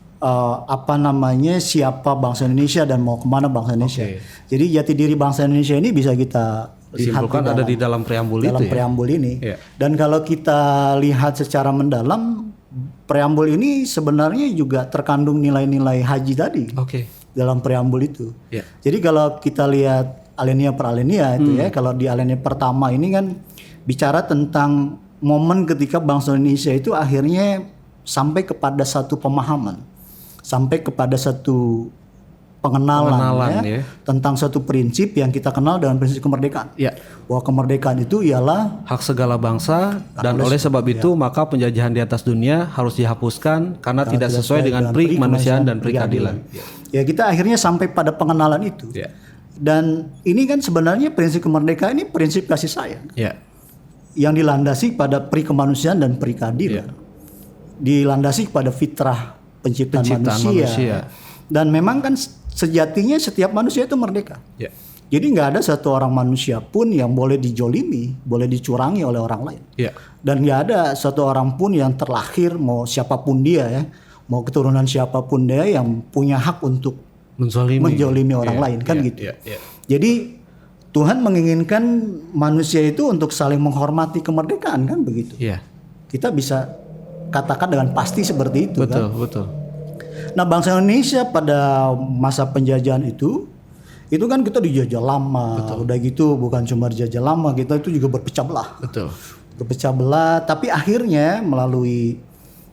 siapa bangsa Indonesia dan mau kemana bangsa Indonesia. Jadi jati diri bangsa Indonesia ini bisa kita disimpulkan ada di dalam preambul itu preambul ini. Dan kalau kita lihat secara mendalam, preambul ini sebenarnya juga terkandung nilai-nilai haji tadi dalam preambul itu. Jadi kalau kita lihat alinea per alinea itu ya, kalau di alinea pertama ini kan bicara tentang momen ketika bangsa Indonesia itu akhirnya sampai kepada satu pemahaman, sampai kepada satu pengenalan ya, tentang suatu prinsip yang kita kenal dengan prinsip kemerdekaan. Bahwa kemerdekaan itu ialah hak segala bangsa dan oleh sebab itu maka penjajahan di atas dunia harus dihapuskan karena tidak sesuai dengan pri kemanusiaan dan pri keadilan. Ya kita akhirnya sampai pada pengenalan itu. Dan ini kan sebenarnya prinsip kemerdekaan ini prinsip kasih sayang. Yang dilandasi pada pri kemanusiaan dan pri keadilan. Dilandasi pada fitrah penciptaan manusia. Dan memang kan sejatinya setiap manusia itu merdeka. Jadi nggak ada satu orang manusia pun yang boleh dijolimi, boleh dicurangi oleh orang lain. Dan nggak ada satu orang pun yang terlahir mau siapapun dia ya, mau keturunan siapapun dia yang punya hak untuk menjolimi orang lain kan gitu. Jadi Tuhan menginginkan manusia itu untuk saling menghormati kemerdekaan kan begitu. Kita bisa katakan dengan pasti seperti itu kan. Betul. Nah bangsa Indonesia pada masa penjajahan itu kan kita dijajah lama, udah gitu bukan cuma dijajah lama, kita itu juga berpecah belah. Berpecah belah, tapi akhirnya melalui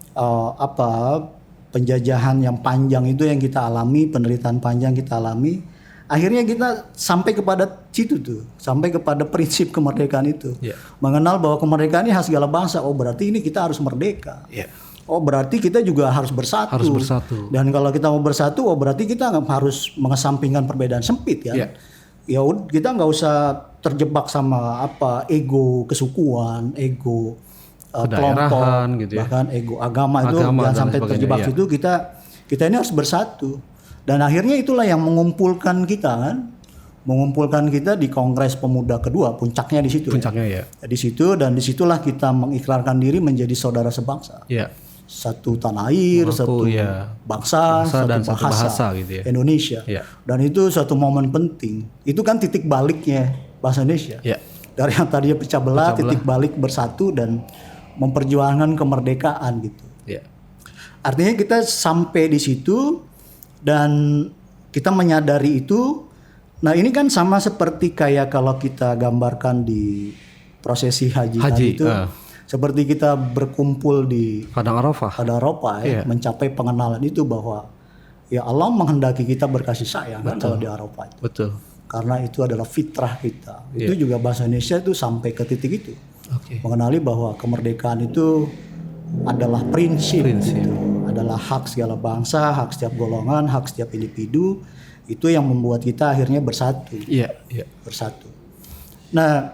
penjajahan yang panjang itu yang kita alami, penderitaan panjang kita alami, akhirnya kita sampai kepada situ tuh, sampai kepada prinsip kemerdekaan itu, mengenal bahwa kemerdekaan ini hak segala bangsa. Oh berarti ini kita harus merdeka. Oh berarti kita juga harus bersatu. Dan kalau kita mau bersatu, oh berarti kita harus mengesampingkan perbedaan sempit ya. Ya kita nggak usah terjebak sama ego kesukuan, ego kelompok, gitu ya. Bahkan ego agama itu jangan sampai terjebak situ. Kita ini harus bersatu. Dan akhirnya itulah yang mengumpulkan kita kan. Mengumpulkan kita di Kongres Pemuda kedua, puncaknya di situ. Di situ dan disitulah kita mengikrarkan diri menjadi saudara sebangsa. Satu tanah air, satu bangsa, satu bahasa gitu ya. Indonesia. Dan itu suatu momen penting. Itu kan titik baliknya bahasa Indonesia. Dari yang tadinya pecah belah, titik balik bersatu dan memperjuangkan kemerdekaan gitu. Artinya kita sampai di situ dan kita menyadari itu. Nah ini kan sama seperti kayak kalau kita gambarkan di prosesi haji tadi itu. Seperti kita berkumpul di Padang Arafah ya, mencapai pengenalan itu bahwa ya Allah menghendaki kita berkasih sayang kan kalau di Arafah itu. Betul. Karena itu adalah fitrah kita. Iya. Itu juga bahasa Indonesia itu sampai ke titik itu. Oke. Mengenali bahwa kemerdekaan itu adalah prinsip. Gitu. Adalah hak segala bangsa, hak setiap golongan, hak setiap individu. Itu yang membuat kita akhirnya bersatu. Iya, iya. Bersatu. Nah,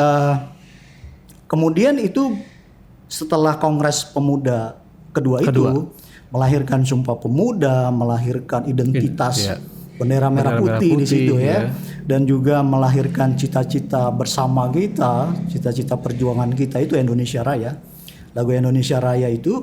kemudian itu setelah Kongres Pemuda kedua. Itu melahirkan Sumpah Pemuda, melahirkan identitas bendera merah putih di situ ya. Dan juga melahirkan cita-cita bersama kita, cita-cita perjuangan kita itu Indonesia Raya. Lagu Indonesia Raya itu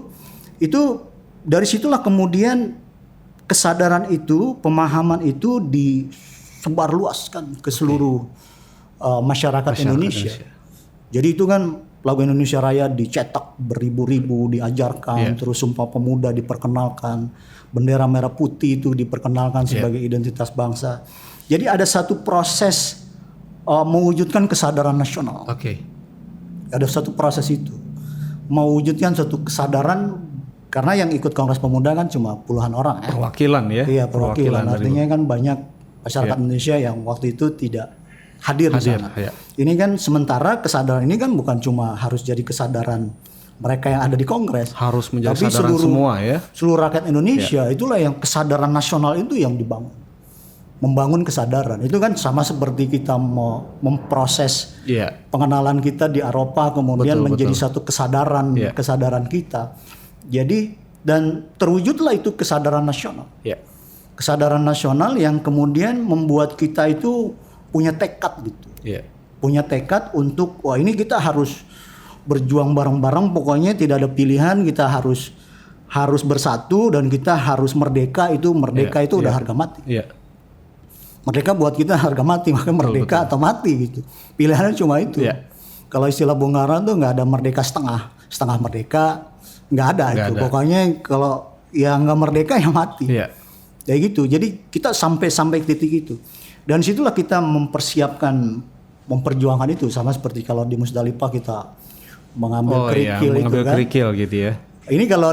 dari situlah kemudian kesadaran itu, pemahaman itu disebarluaskan ke seluruh masyarakat Indonesia. Jadi itu kan lagu Indonesia Raya dicetak beribu-ribu, diajarkan, terus Sumpah Pemuda diperkenalkan, bendera merah putih itu diperkenalkan sebagai identitas bangsa. Jadi ada satu proses mewujudkan kesadaran nasional. Ada satu proses itu mewujudkan satu kesadaran, karena yang ikut Kongres Pemuda kan cuma puluhan orang ya. Perwakilan ya. Iya, perwakilan. Artinya kan banyak masyarakat Indonesia yang waktu itu tidak hadir di sana. Ini kan sementara kesadaran ini kan bukan cuma harus jadi kesadaran mereka yang ada di Kongres, harus menjadi tapi kesadaran semua ya. Seluruh rakyat Indonesia itulah yang kesadaran nasional itu yang dibangun. Membangun kesadaran. Itu kan sama seperti kita mau memproses pengenalan kita di Arafah kemudian menjadi satu kesadaran kesadaran kita. Jadi dan terwujudlah itu kesadaran nasional. Kesadaran nasional yang kemudian membuat kita itu punya tekad gitu. Punya tekad untuk wah ini kita harus berjuang bareng-bareng, pokoknya tidak ada pilihan, kita harus bersatu dan kita harus merdeka. Itu merdeka itu udah harga mati. Merdeka buat kita harga mati, makanya merdeka atau mati gitu. Pilihannya cuma itu. Kalau istilah Bung Karno tuh nggak ada merdeka setengah merdeka, nggak ada itu. Pokoknya kalau yang nggak merdeka ya mati. Kayak gitu. Jadi kita sampai titik itu. Dan situlah kita memperjuangkan itu, sama seperti kalau di Musdalifah kita mengambil kerikil itu kan. Kerikil gitu ya. Ini kalau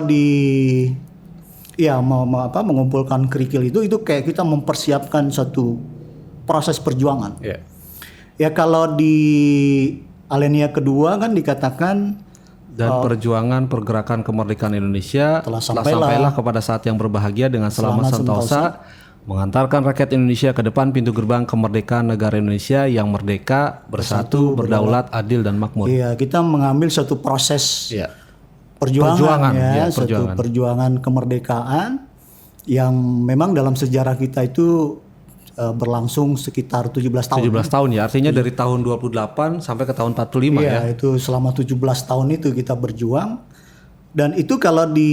mengumpulkan kerikil itu kayak kita mempersiapkan suatu proses perjuangan. Ya kalau di alinea kedua kan dikatakan dan perjuangan pergerakan kemerdekaan Indonesia telah sampailah kepada saat yang berbahagia dengan selamat sentosa, mengantarkan rakyat Indonesia ke depan pintu gerbang kemerdekaan negara Indonesia yang merdeka, bersatu, berdaulat, adil dan makmur. Iya, kita mengambil suatu proses perjuangan satu perjuangan kemerdekaan yang memang dalam sejarah kita itu berlangsung sekitar 17 tahun. 17 tahun ya, artinya dari tahun 28 sampai ke tahun 45 ya. Iya, itu selama 17 tahun itu kita berjuang. Dan itu kalau di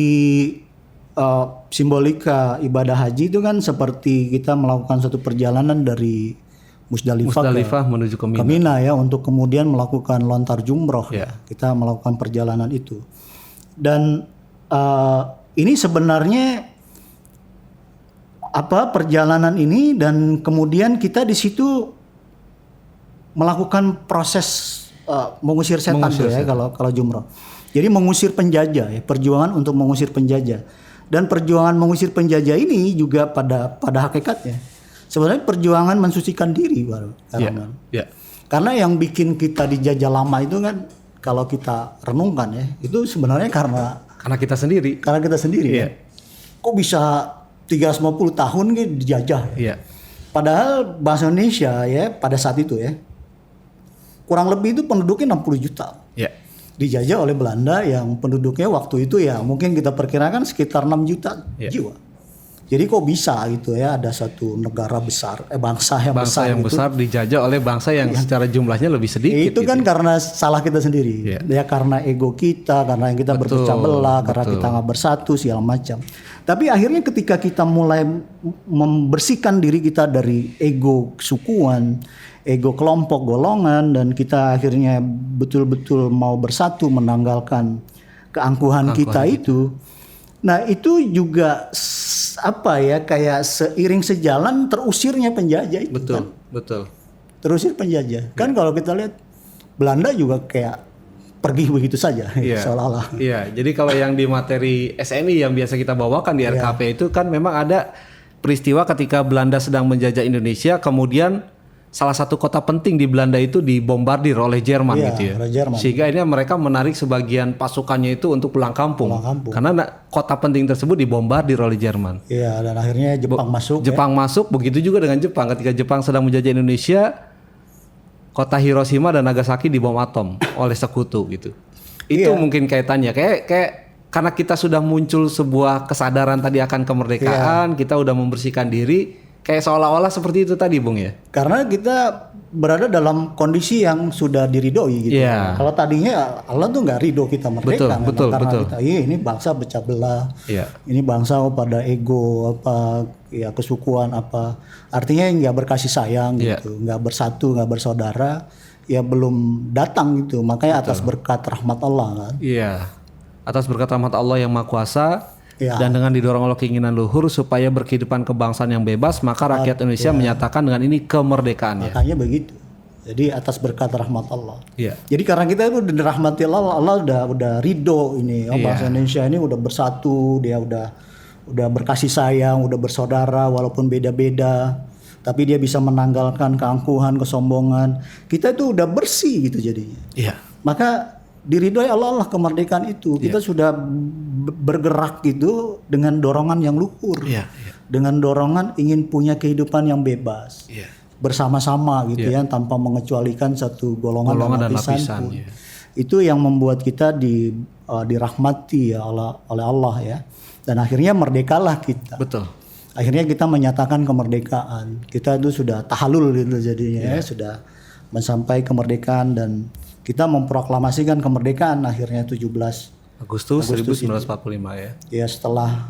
simbolika ibadah haji itu kan seperti kita melakukan suatu perjalanan dari Musdalifah menuju ke Mina ya, untuk kemudian melakukan lontar jumroh. Kita melakukan perjalanan itu. Dan ini sebenarnya perjalanan ini, dan kemudian kita di situ melakukan proses mengusir setan ya kalau jumroh. Jadi mengusir penjajah ya, perjuangan untuk mengusir penjajah. Dan perjuangan mengusir penjajah ini juga pada hakikatnya sebenarnya perjuangan mensucikan diri baru. Karena yang bikin kita dijajah lama itu kan kalau kita renungkan ya, itu sebenarnya karena kita sendiri. Ya. Kok bisa 350 tahun gitu dijajah ya? Padahal bahasa Indonesia ya pada saat itu ya kurang lebih itu penduduknya 60 juta. Dijajah oleh Belanda yang penduduknya waktu itu ya mungkin kita perkirakan sekitar 6 juta jiwa. Jadi kok bisa gitu ya, ada satu negara besar, bangsa yang besar dijajah oleh bangsa yang secara jumlahnya lebih sedikit. Itu kan karena salah kita sendiri. Ya karena ego kita, karena yang kita berpecah belah, karena kita nggak bersatu segala macam. Tapi akhirnya ketika kita mulai membersihkan diri kita dari ego kesukuan, ego kelompok golongan, dan kita akhirnya betul-betul mau bersatu menanggalkan keangkuhan kita itu. Nah itu juga kayak seiring sejalan terusirnya penjajah itu. Betul. Terusir penjajah. Kan kalau kita lihat Belanda juga kayak pergi begitu saja seolah-olah. Jadi kalau yang di materi SNI yang biasa kita bawakan di RKP itu kan memang ada peristiwa ketika Belanda sedang menjajah Indonesia, kemudian salah satu kota penting di Belanda itu dibombardir oleh Jerman Iya, gitu ya. oleh Jerman. Sehingga ini mereka menarik sebagian pasukannya itu untuk pulang kampung. Karena kota penting tersebut dibombardir oleh Jerman. Iya, dan akhirnya Jepang masuk. Jepang masuk, begitu juga dengan Jepang. Ketika Jepang sedang menjajah Indonesia, kota Hiroshima dan Nagasaki dibom atom oleh sekutu gitu. Itu mungkin kaitannya. Kayak karena kita sudah muncul sebuah kesadaran tadi akan kemerdekaan, kita udah membersihkan diri. Kayak seolah-olah seperti itu tadi, Bung ya. Karena kita berada dalam kondisi yang sudah diridhoi gitu. Iya. Kalau tadinya Allah tuh nggak ridho kita merdeka, Betul, karena betul. kita ini bangsa pecah belah, Iya. ini bangsa pada ego apa, ya kesukuan apa, artinya nggak berkasih sayang Iya. gitu, nggak bersatu, nggak bersaudara, ya belum datang gitu. Makanya atas berkat rahmat Allah kan. Iya. Atas berkat rahmat Allah yang Maha Kuasa. Ya. Dan dengan didorong oleh keinginan luhur supaya berkehidupan kebangsaan yang bebas, maka rakyat Indonesia menyatakan dengan ini kemerdekaannya. Makanya begitu. Jadi atas berkat rahmat Allah. Iya. Jadi karena kita itu dirahmati Allah, Allah udah ridho ini. Bangsa Indonesia ini udah bersatu, dia udah berkasih sayang, udah bersaudara walaupun beda-beda. Tapi dia bisa menanggalkan keangkuhan, kesombongan. Kita itu udah bersih gitu jadinya. Iya. Maka diridhoi Allah kemerdekaan itu. Kita sudah bergerak gitu dengan dorongan yang luhur. Iya. Dengan dorongan ingin punya kehidupan yang bebas. Iya. Bersama-sama gitu ya, tanpa mengecualikan satu golongan dan lapisan pun. ya. Itu yang membuat kita dirahmati ya oleh Allah ya. Dan akhirnya merdekalah kita. Betul. Akhirnya kita menyatakan kemerdekaan. Kita itu sudah tahalul gitu jadinya ya, sudah mensampai kemerdekaan dan kita memproklamasikan kemerdekaan akhirnya 17 Agustus 1945 ya. ya setelah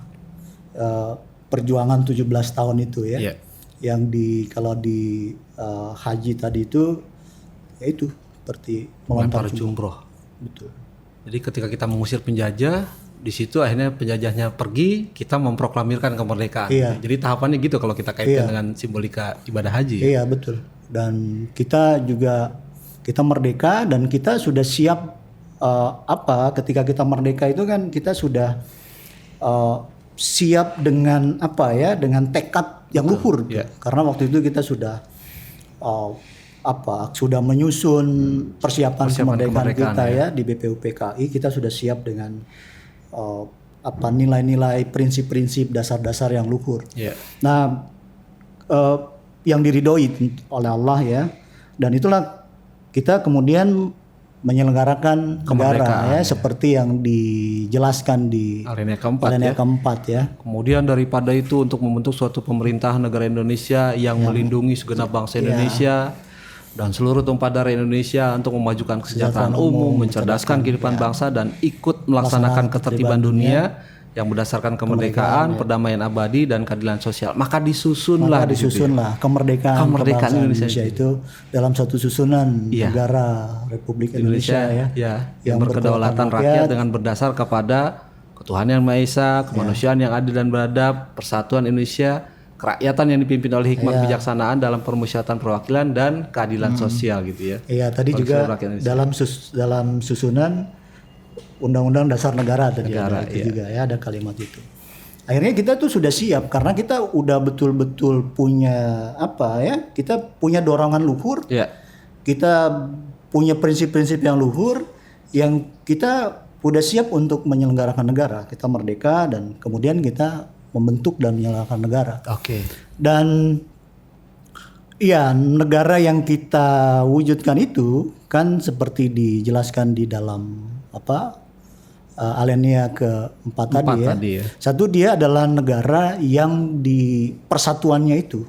perjuangan 17 tahun itu ya. Iya. Yang kalau di haji tadi itu ya itu seperti melempar jumroh. Betul. Jadi ketika kita mengusir penjajah, di situ akhirnya penjajahnya pergi, kita memproklamirkan kemerdekaan. Iya. Jadi tahapannya gitu kalau kita kaitkan dengan simbolika ibadah haji. Iya betul. Dan kita juga kita merdeka dan kita sudah siap ketika kita merdeka itu kan kita sudah siap dengan dengan tekad yang luhur tuh. Karena waktu itu kita sudah sudah menyusun persiapan kemerdekaan kita ya di BPUPKI. Kita sudah siap dengan nilai-nilai, prinsip-prinsip, dasar-dasar yang luhur. Nah, yang diridhoi oleh Allah ya, dan itulah kita kemudian menyelenggarakan negara ya, seperti yang dijelaskan di alinea keempat ya. Kemudian daripada itu untuk membentuk suatu pemerintah negara Indonesia yang melindungi segenap bangsa Indonesia dan seluruh tumpah darah Indonesia untuk memajukan kesejahteraan umum, mencerdaskan kehidupan bangsa dan ikut melaksanakan ketertiban dunia yang berdasarkan kemerdekaan, perdamaian abadi dan keadilan sosial. Maka disusunlah kemerdekaan Indonesia itu dalam satu susunan negara Republik Indonesia yang berkedaulatan rakyat dengan berdasar kepada ketuhanan yang Maha Esa, kemanusiaan yang adil dan beradab, persatuan Indonesia, kerakyatan yang dipimpin oleh hikmat kebijaksanaan dalam permusyawaratan perwakilan dan keadilan sosial gitu ya. Iya, tadi juga dalam susunan Undang-Undang Dasar Negara tadi juga ya, ada kalimat itu. Akhirnya kita tuh sudah siap karena kita udah betul-betul punya kita punya dorongan luhur. Kita punya prinsip-prinsip yang luhur yang kita udah siap untuk menyelenggarakan negara. Kita merdeka dan kemudian kita membentuk dan menyelenggarakan negara. Dan negara yang kita wujudkan itu kan seperti dijelaskan di dalam alinea keempat tadi ya. Satu, dia adalah negara yang di persatuannya itu.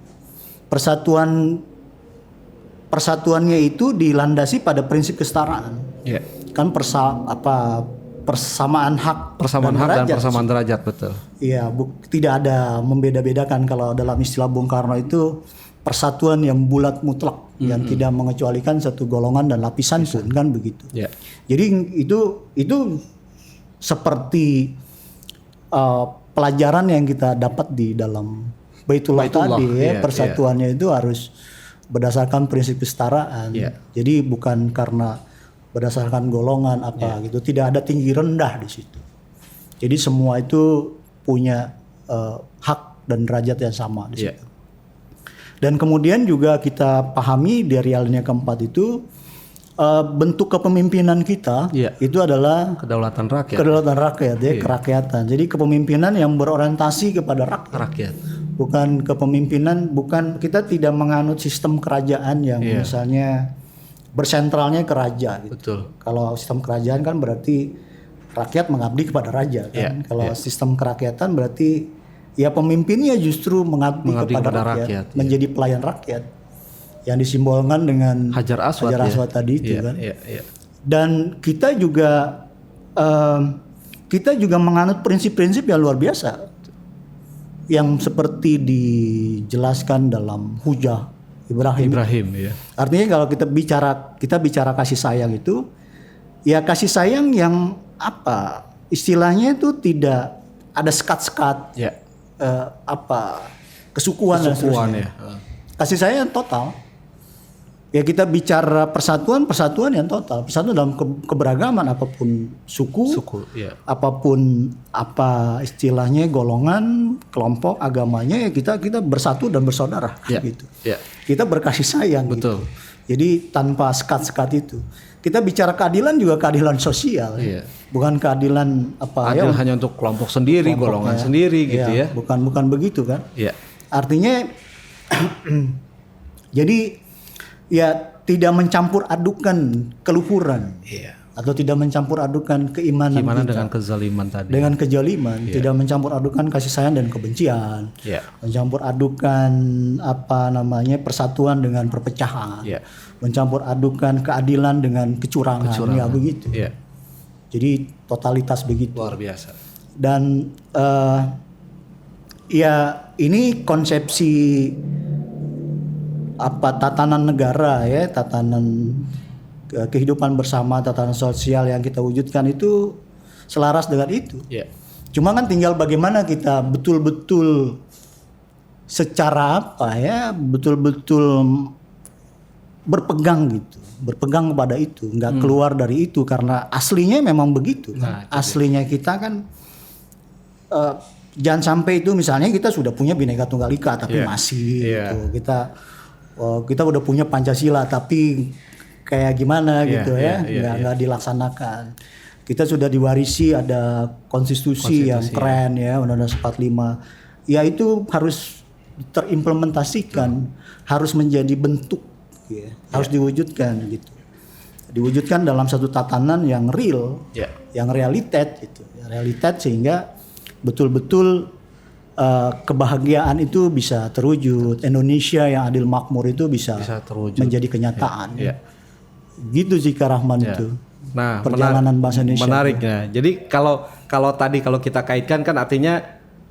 Persatuannya itu dilandasi pada prinsip kesetaraan. Kan persamaan hak dan persamaan derajat betul. Iya, tidak ada membeda-bedakan. Kalau dalam istilah Bung Karno itu persatuan yang bulat mutlak, yang tidak mengecualikan satu golongan dan lapisan pun kan begitu. Jadi itu seperti pelajaran yang kita dapat di dalam Baitullah tadi ya, persatuannya itu harus berdasarkan prinsip kesetaraan. Jadi bukan karena berdasarkan golongan gitu, tidak ada tinggi rendah di situ. Jadi semua itu punya hak dan derajat yang sama di Iya. situ. Dan kemudian juga kita pahami dari alinea keempat itu bentuk kepemimpinan kita Iya. itu adalah Kedaulatan rakyat. kedaulatan rakyat ya, kerakyatan. Jadi kepemimpinan yang berorientasi kepada rakyat. Rakyat. Bukan kepemimpinan, bukan, kita tidak menganut sistem kerajaan yang Iya. misalnya bersentralnya ke raja gitu. Betul. Kalau sistem kerajaan kan berarti rakyat mengabdi kepada raja kan. Iya, Kalau sistem kerakyatan berarti ya pemimpinnya justru mengabdi kepada rakyat, menjadi pelayan rakyat. Yang disimbolkan dengan Hajar Aswad tadi itu Iya, kan. iya. Dan kita juga menganut prinsip-prinsip yang luar biasa yang seperti dijelaskan dalam Hujah Ibrahim. Ya. Artinya kalau kita bicara kasih sayang itu ya kasih sayang yang apa? Istilahnya itu tidak ada sekat-sekat Ya. kesukuan dan seterusnya. Ya. Kasih sayang yang total. Ya kita bicara persatuan yang total. Persatuan dalam keberagaman apapun suku, ya. apapun apa istilahnya golongan, kelompok, agamanya ya kita bersatu dan bersaudara Ya. gitu. Ya. Kita berkasih sayang Betul. gitu. Jadi tanpa sekat-sekat itu. Kita bicara keadilan juga keadilan sosial. Iya. Bukan keadilan apa Adil hanya untuk kelompok sendiri, golongan sendiri gitu ya. Bukan begitu kan? Iya. Artinya jadi ya tidak mencampur adukan keluhuran. Iya. Atau tidak mencampur adukan keimanan Gimana kita. dengan kezaliman tadi? Dengan kejaliman, tidak mencampur adukan kasih sayang dan kebencian. Iya. Mencampur adukan persatuan dengan perpecahan. Iya. Mencampur adukan keadilan dengan kecurangan. Ya begitu. Iya. Jadi totalitas begitu. Luar biasa. Dan ya ini konsepsi tatanan negara ya, tatanan kehidupan bersama, tatanan sosial yang kita wujudkan itu selaras dengan itu. Iya. Cuma kan tinggal bagaimana kita betul-betul secara betul-betul berpegang gitu, berpegang kepada itu, nggak keluar dari itu karena aslinya memang begitu. Aslinya kita kan jangan sampai itu misalnya kita sudah punya Bhinneka Tunggal Ika tapi masih gitu. Kita udah punya Pancasila tapi kayak gimana gitu ya, nggak dilaksanakan. Kita sudah diwarisi ada konstitusi yang keren ya, Undang-Undang 45. Ya itu harus terimplementasikan, harus menjadi bentuk, harus diwujudkan gitu. Diwujudkan dalam satu tatanan yang real, yang realitas gitu, realitas sehingga betul-betul kebahagiaan itu bisa terwujud. Indonesia yang adil makmur itu bisa terwujud, menjadi kenyataan. Gitu sih Kak Rahman itu. Nah, perjalanan bahasa Indonesia. Menariknya. Jadi kalau kita kaitkan kan artinya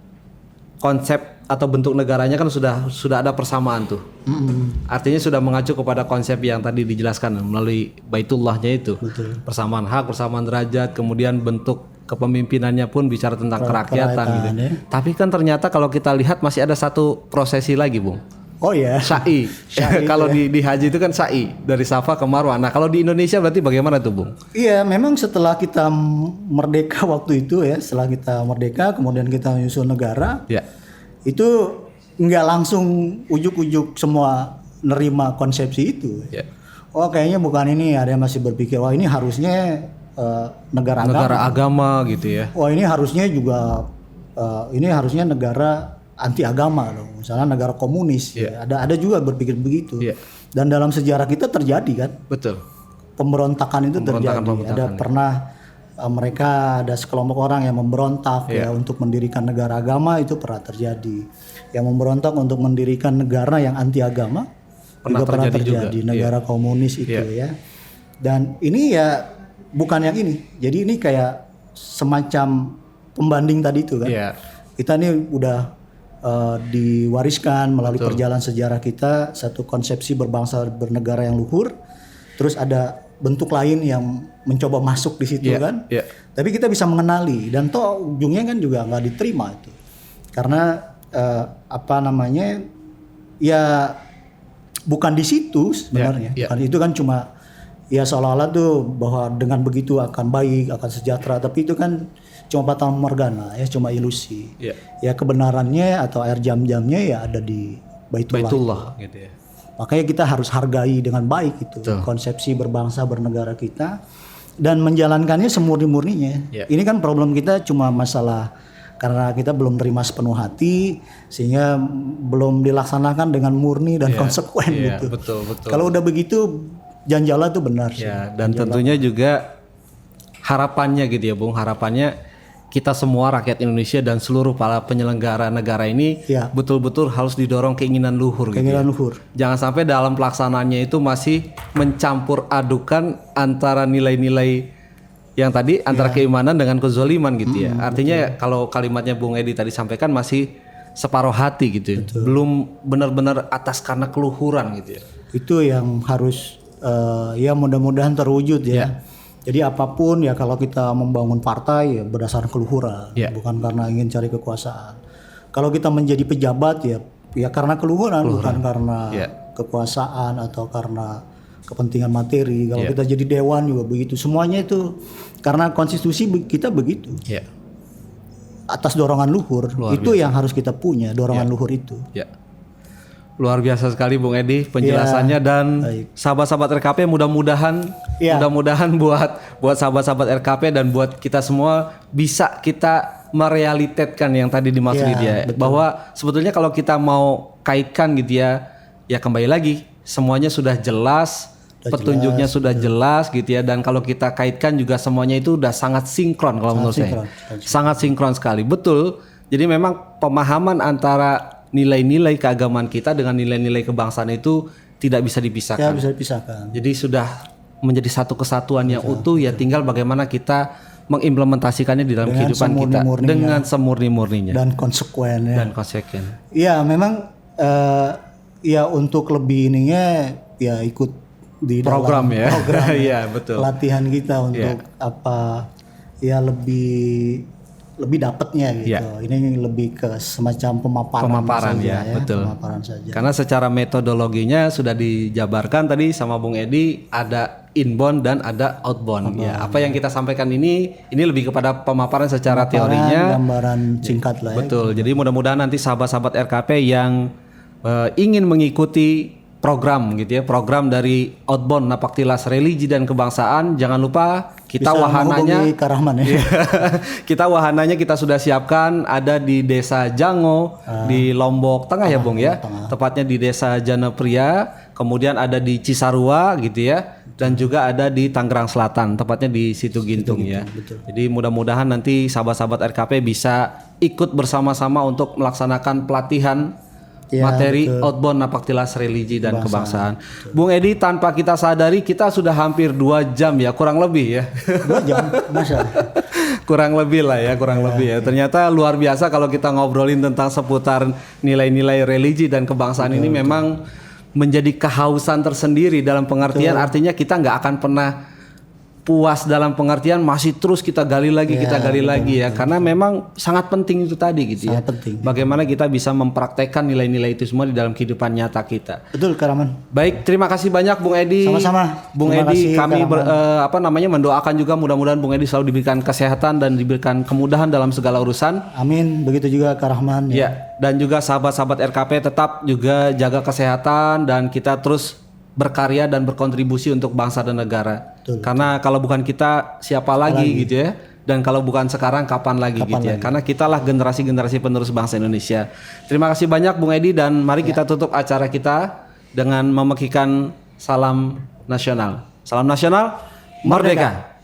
konsep atau bentuk negaranya kan sudah ada persamaan tuh. Artinya sudah mengacu kepada konsep yang tadi dijelaskan melalui Baitullahnya itu. Betul. Persamaan hak, persamaan derajat, kemudian bentuk kepemimpinannya pun bicara tentang kerakyatan gitu. Ya. Tapi kan ternyata kalau kita lihat masih ada satu prosesi lagi, Bung. Oh ya. Sa'i. Kalau di haji itu kan sa'i dari Safa ke Marwah. Nah, kalau di Indonesia berarti bagaimana tuh, Bung? Iya, memang setelah kita merdeka waktu itu ya, setelah kita merdeka kemudian kita menyusun negara. Ya. Itu nggak langsung ujuk-ujuk semua nerima konsepsi itu. Ya. Oh, kayaknya bukan ini, ada yang masih berpikir wah ini harusnya negara agama gitu ya. Wah ini harusnya juga ini harusnya negara anti agama dong, misalnya negara komunis. Ya. Ada juga berpikir begitu. Dan dalam sejarah kita terjadi kan. Betul. Pemberontakan itu terjadi. Ada pernah mereka ada sekelompok orang yang memberontak ya untuk mendirikan negara agama, itu pernah terjadi. Yang memberontak untuk mendirikan negara yang anti agama pernah terjadi. Negara komunis itu ya. Dan ini ya bukan yang ini. Jadi ini kayak semacam pembanding tadi itu kan. Kita ini udah diwariskan melalui perjalanan sejarah kita satu konsepsi berbangsa bernegara yang luhur. Terus ada bentuk lain yang mencoba masuk di situ kan. Tapi kita bisa mengenali dan toh ujungnya kan juga nggak diterima itu. Karena ya bukan di situ sebenarnya. Bukan, itu kan cuma ya seolah-olah tuh bahwa dengan begitu akan baik, akan sejahtera, tapi itu kan cuma fata morgana ya, cuma ilusi. Ya kebenarannya atau air jam-jamnya ya ada di Baitullah gitu ya. Makanya kita harus hargai dengan baik itu konsepsi berbangsa bernegara kita dan menjalankannya semurni-murninya. Ini kan problem kita cuma masalah karena kita belum terima sepenuh hati sehingga belum dilaksanakan dengan murni dan konsekuen gitu. Betul. Kalau udah begitu janjala tuh benar sih. Dan tentunya juga harapannya gitu ya Bung, harapannya kita semua rakyat Indonesia dan seluruh para penyelenggara negara ini betul-betul harus didorong keinginan luhur gitu. Luhur. Jangan sampai dalam pelaksanaannya itu masih mencampur adukan antara nilai-nilai yang tadi antara keimanan dengan kezoliman gitu ya. Artinya kalau kalimatnya Bung Edi tadi sampaikan masih separuh hati gitu ya. Belum benar-benar atas karena keluhuran gitu ya. Itu yang harus ya mudah-mudahan terwujud ya. Jadi apapun ya kalau kita membangun partai ya berdasarkan keluhuran, bukan karena ingin cari kekuasaan. Kalau kita menjadi pejabat ya karena keluhuran. Bukan karena kekuasaan atau karena kepentingan materi. Kalau kita jadi dewan juga begitu. Semuanya itu karena konstitusi kita begitu. Atas dorongan luhur. Itu yang harus kita punya, dorongan luhur itu. Luar biasa sekali Bung Edi penjelasannya dan sahabat-sahabat RKP mudah-mudahan buat sahabat-sahabat RKP dan buat kita semua bisa kita merealitetkan yang tadi dimaksud dia bahwa sebetulnya kalau kita mau kaitkan gitu ya kembali lagi semuanya sudah jelas, petunjuknya sudah jelas gitu ya, dan kalau kita kaitkan juga semuanya itu udah sangat sinkron kalau menurut saya. Sangat sinkron sekali. Betul. Jadi memang pemahaman antara nilai-nilai keagamaan kita dengan nilai-nilai kebangsaan itu tidak bisa dipisahkan. Ya, bisa dipisahkan. Jadi sudah menjadi satu kesatuan yang utuh ya, tinggal bagaimana kita mengimplementasikannya di dalam kehidupan kita dengan semurni-murninya dan konsekuen ya. Ya, memang ya untuk lebih ininya ya ikut di program dalam program ya betul. Pelatihan kita untuk apa ya lebih dapatnya gitu. Ini lebih ke semacam pemaparan saja, betul. Pemaparan saja. Karena secara metodologinya sudah dijabarkan tadi sama Bung Edi, ada inbound dan ada outbound. Ya, apa yang kita sampaikan ini lebih kepada pemaparan secara teorinya, gambaran singkat lah ya. Betul. Jadi mudah-mudahan nanti sahabat-sahabat RKP yang ingin mengikuti program gitu ya, program dari Outbound Napaktilas Religi dan Kebangsaan, jangan lupa kita bisa wahananya Rahman, ya. Kita wahananya kita sudah siapkan, ada di Desa Jango di Lombok Tengah ya Bung ya, tepatnya di Desa Janapria, kemudian ada di Cisarua gitu ya, dan juga ada di Tangerang Selatan, tepatnya di Situ Gintung ya. Betul. Jadi mudah-mudahan nanti sahabat-sahabat RKP bisa ikut bersama-sama untuk melaksanakan pelatihan materi Outbound Napaktilas Religi dan Kebangsaan. Bung Edi, tanpa kita sadari kita sudah hampir 2 jam ya, kurang lebih ya. 2 jam, masa? kurang lebih lah ya, kurang lebih ya. Ternyata luar biasa kalau kita ngobrolin tentang seputar nilai-nilai religi dan kebangsaan ini memang menjadi kehausan tersendiri dalam pengertian artinya kita nggak akan pernah puas dalam pengertian masih terus kita gali lagi ya, karena memang sangat penting itu tadi gitu ya. Penting. Bagaimana kita bisa mempraktekkan nilai-nilai itu semua di dalam kehidupan nyata kita. Betul, Karaman. Baik, terima kasih banyak Bung Edi. Sama-sama. Bung Edi, kami mendoakan juga mudah-mudahan Bung Edi selalu diberikan kesehatan dan diberikan kemudahan dalam segala urusan. Amin. Begitu juga Kak Rahman. Ya, dan juga sahabat-sahabat RKP tetap juga jaga kesehatan dan kita terus berkarya dan berkontribusi untuk bangsa dan negara. Betul. Karena kalau bukan kita siapa lagi gitu ya. Dan kalau bukan sekarang kapan lagi gitu ya. Karena kitalah generasi-generasi penerus bangsa Indonesia. Terima kasih banyak Bung Edi dan mari kita tutup acara kita dengan memekikan salam nasional. Salam nasional, merdeka.